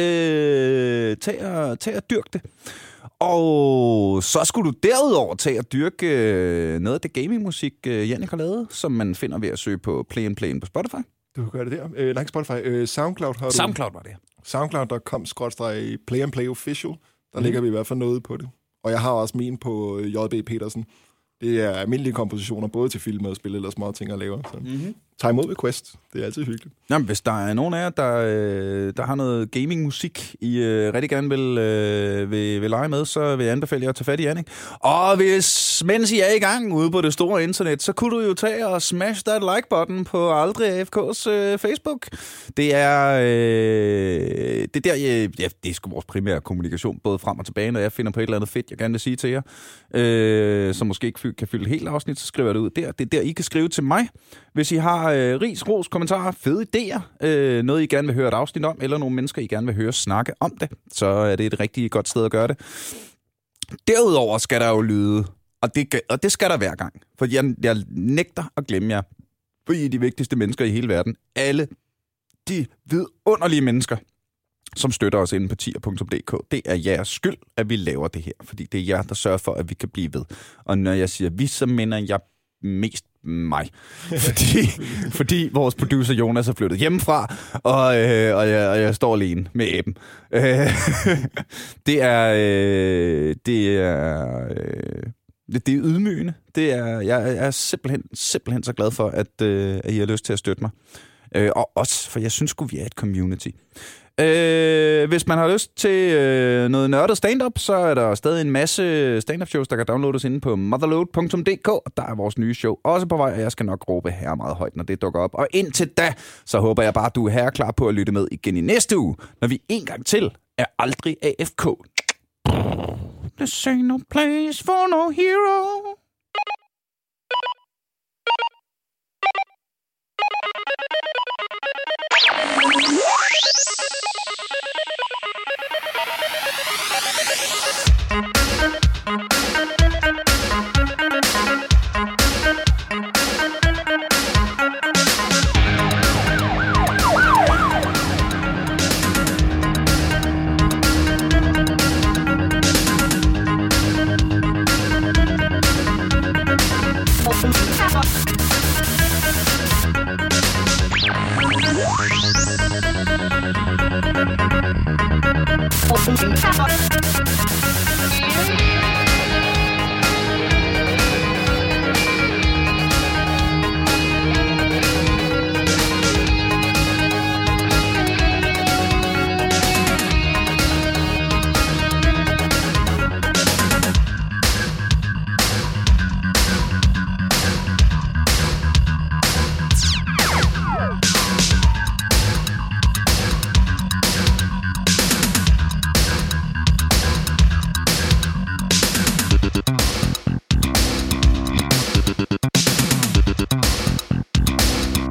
Øh, tag, og, tag og dyrk det. Og så skulle du derudover tage og dyrke øh, noget af det gamingmusik, øh, Jannik har lavet, som man finder ved at søge på Play and Play på Spotify. Du kan gøre det der. Øh, nej, ikke Spotify. Øh, SoundCloud har du. SoundCloud var det. soundcloud punktum com skråstreg play and play official. Der Mm. ligger vi i hvert fald noget på det. Og jeg har også min på J B Petersen. Det er almindelige kompositioner, både til film og spil eller små ting at lave. Så Mm-hmm. tag imod ved Quest. Det er altid hyggeligt. Jamen, hvis der er nogen af jer, der, øh, der har noget gaming-musik, I øh, rigtig gerne vil, øh, vil, vil lege med, så vil jeg anbefale jer at tage fat i Jannik. Og hvis, mens I er i gang ude på det store internet, så kunne du jo tage og smash that like-button på Aldrig A F K's øh, Facebook. Det er, øh, det er der, jeg, ja, det er sgu vores primære kommunikation, både frem og tilbage, når jeg finder på et eller andet fedt, jeg gerne vil sige til jer, øh, som måske ikke kan fylde helt afsnit, så skriver jeg det ud der. Det er der, I kan skrive til mig, hvis I har øh, ris, ros, kommentarer, fede idéer, øh, noget I gerne vil høre et afsnit om, eller nogle mennesker, I gerne vil høre snakke om det, så er det et rigtig godt sted at gøre det. Derudover skal der jo lyde, og det, og det skal der hver gang, for jeg, jeg nægter at glemme jer, for I er de vigtigste mennesker i hele verden. Alle de vidunderlige mennesker, som støtter os inde på tier punktum d k. Det er jeres skyld, at vi laver det her, fordi det er jer, der sørger for, at vi kan blive ved. Og når jeg siger vi, så mener jeg mest mig. Fordi, fordi vores producer Jonas er flyttet hjemmefra, og, øh, og, jeg, og jeg står alene med æben. Øh, det er... Øh, det er... Øh, det, det er ydmygende. Det er, jeg er simpelthen, simpelthen så glad for, at, øh, at I har lyst til at støtte mig. Øh, og også, for jeg synes sgu, vi er et community. Øh, hvis man har lyst til øh, noget nørdet stand-up, så er der stadig en masse stand-up shows, der kan downloades inde på motherload punktum d k, og der er vores nye show også på vej, og jeg skal nok råbe her meget højt, når det dukker op. Og indtil da, så håber jeg bare, at du er her klar på at lytte med igen i næste uge, når vi en gang til er Aldrig A F K. This ain't no place for no hero.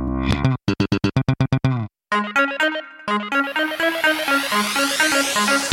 Thank you.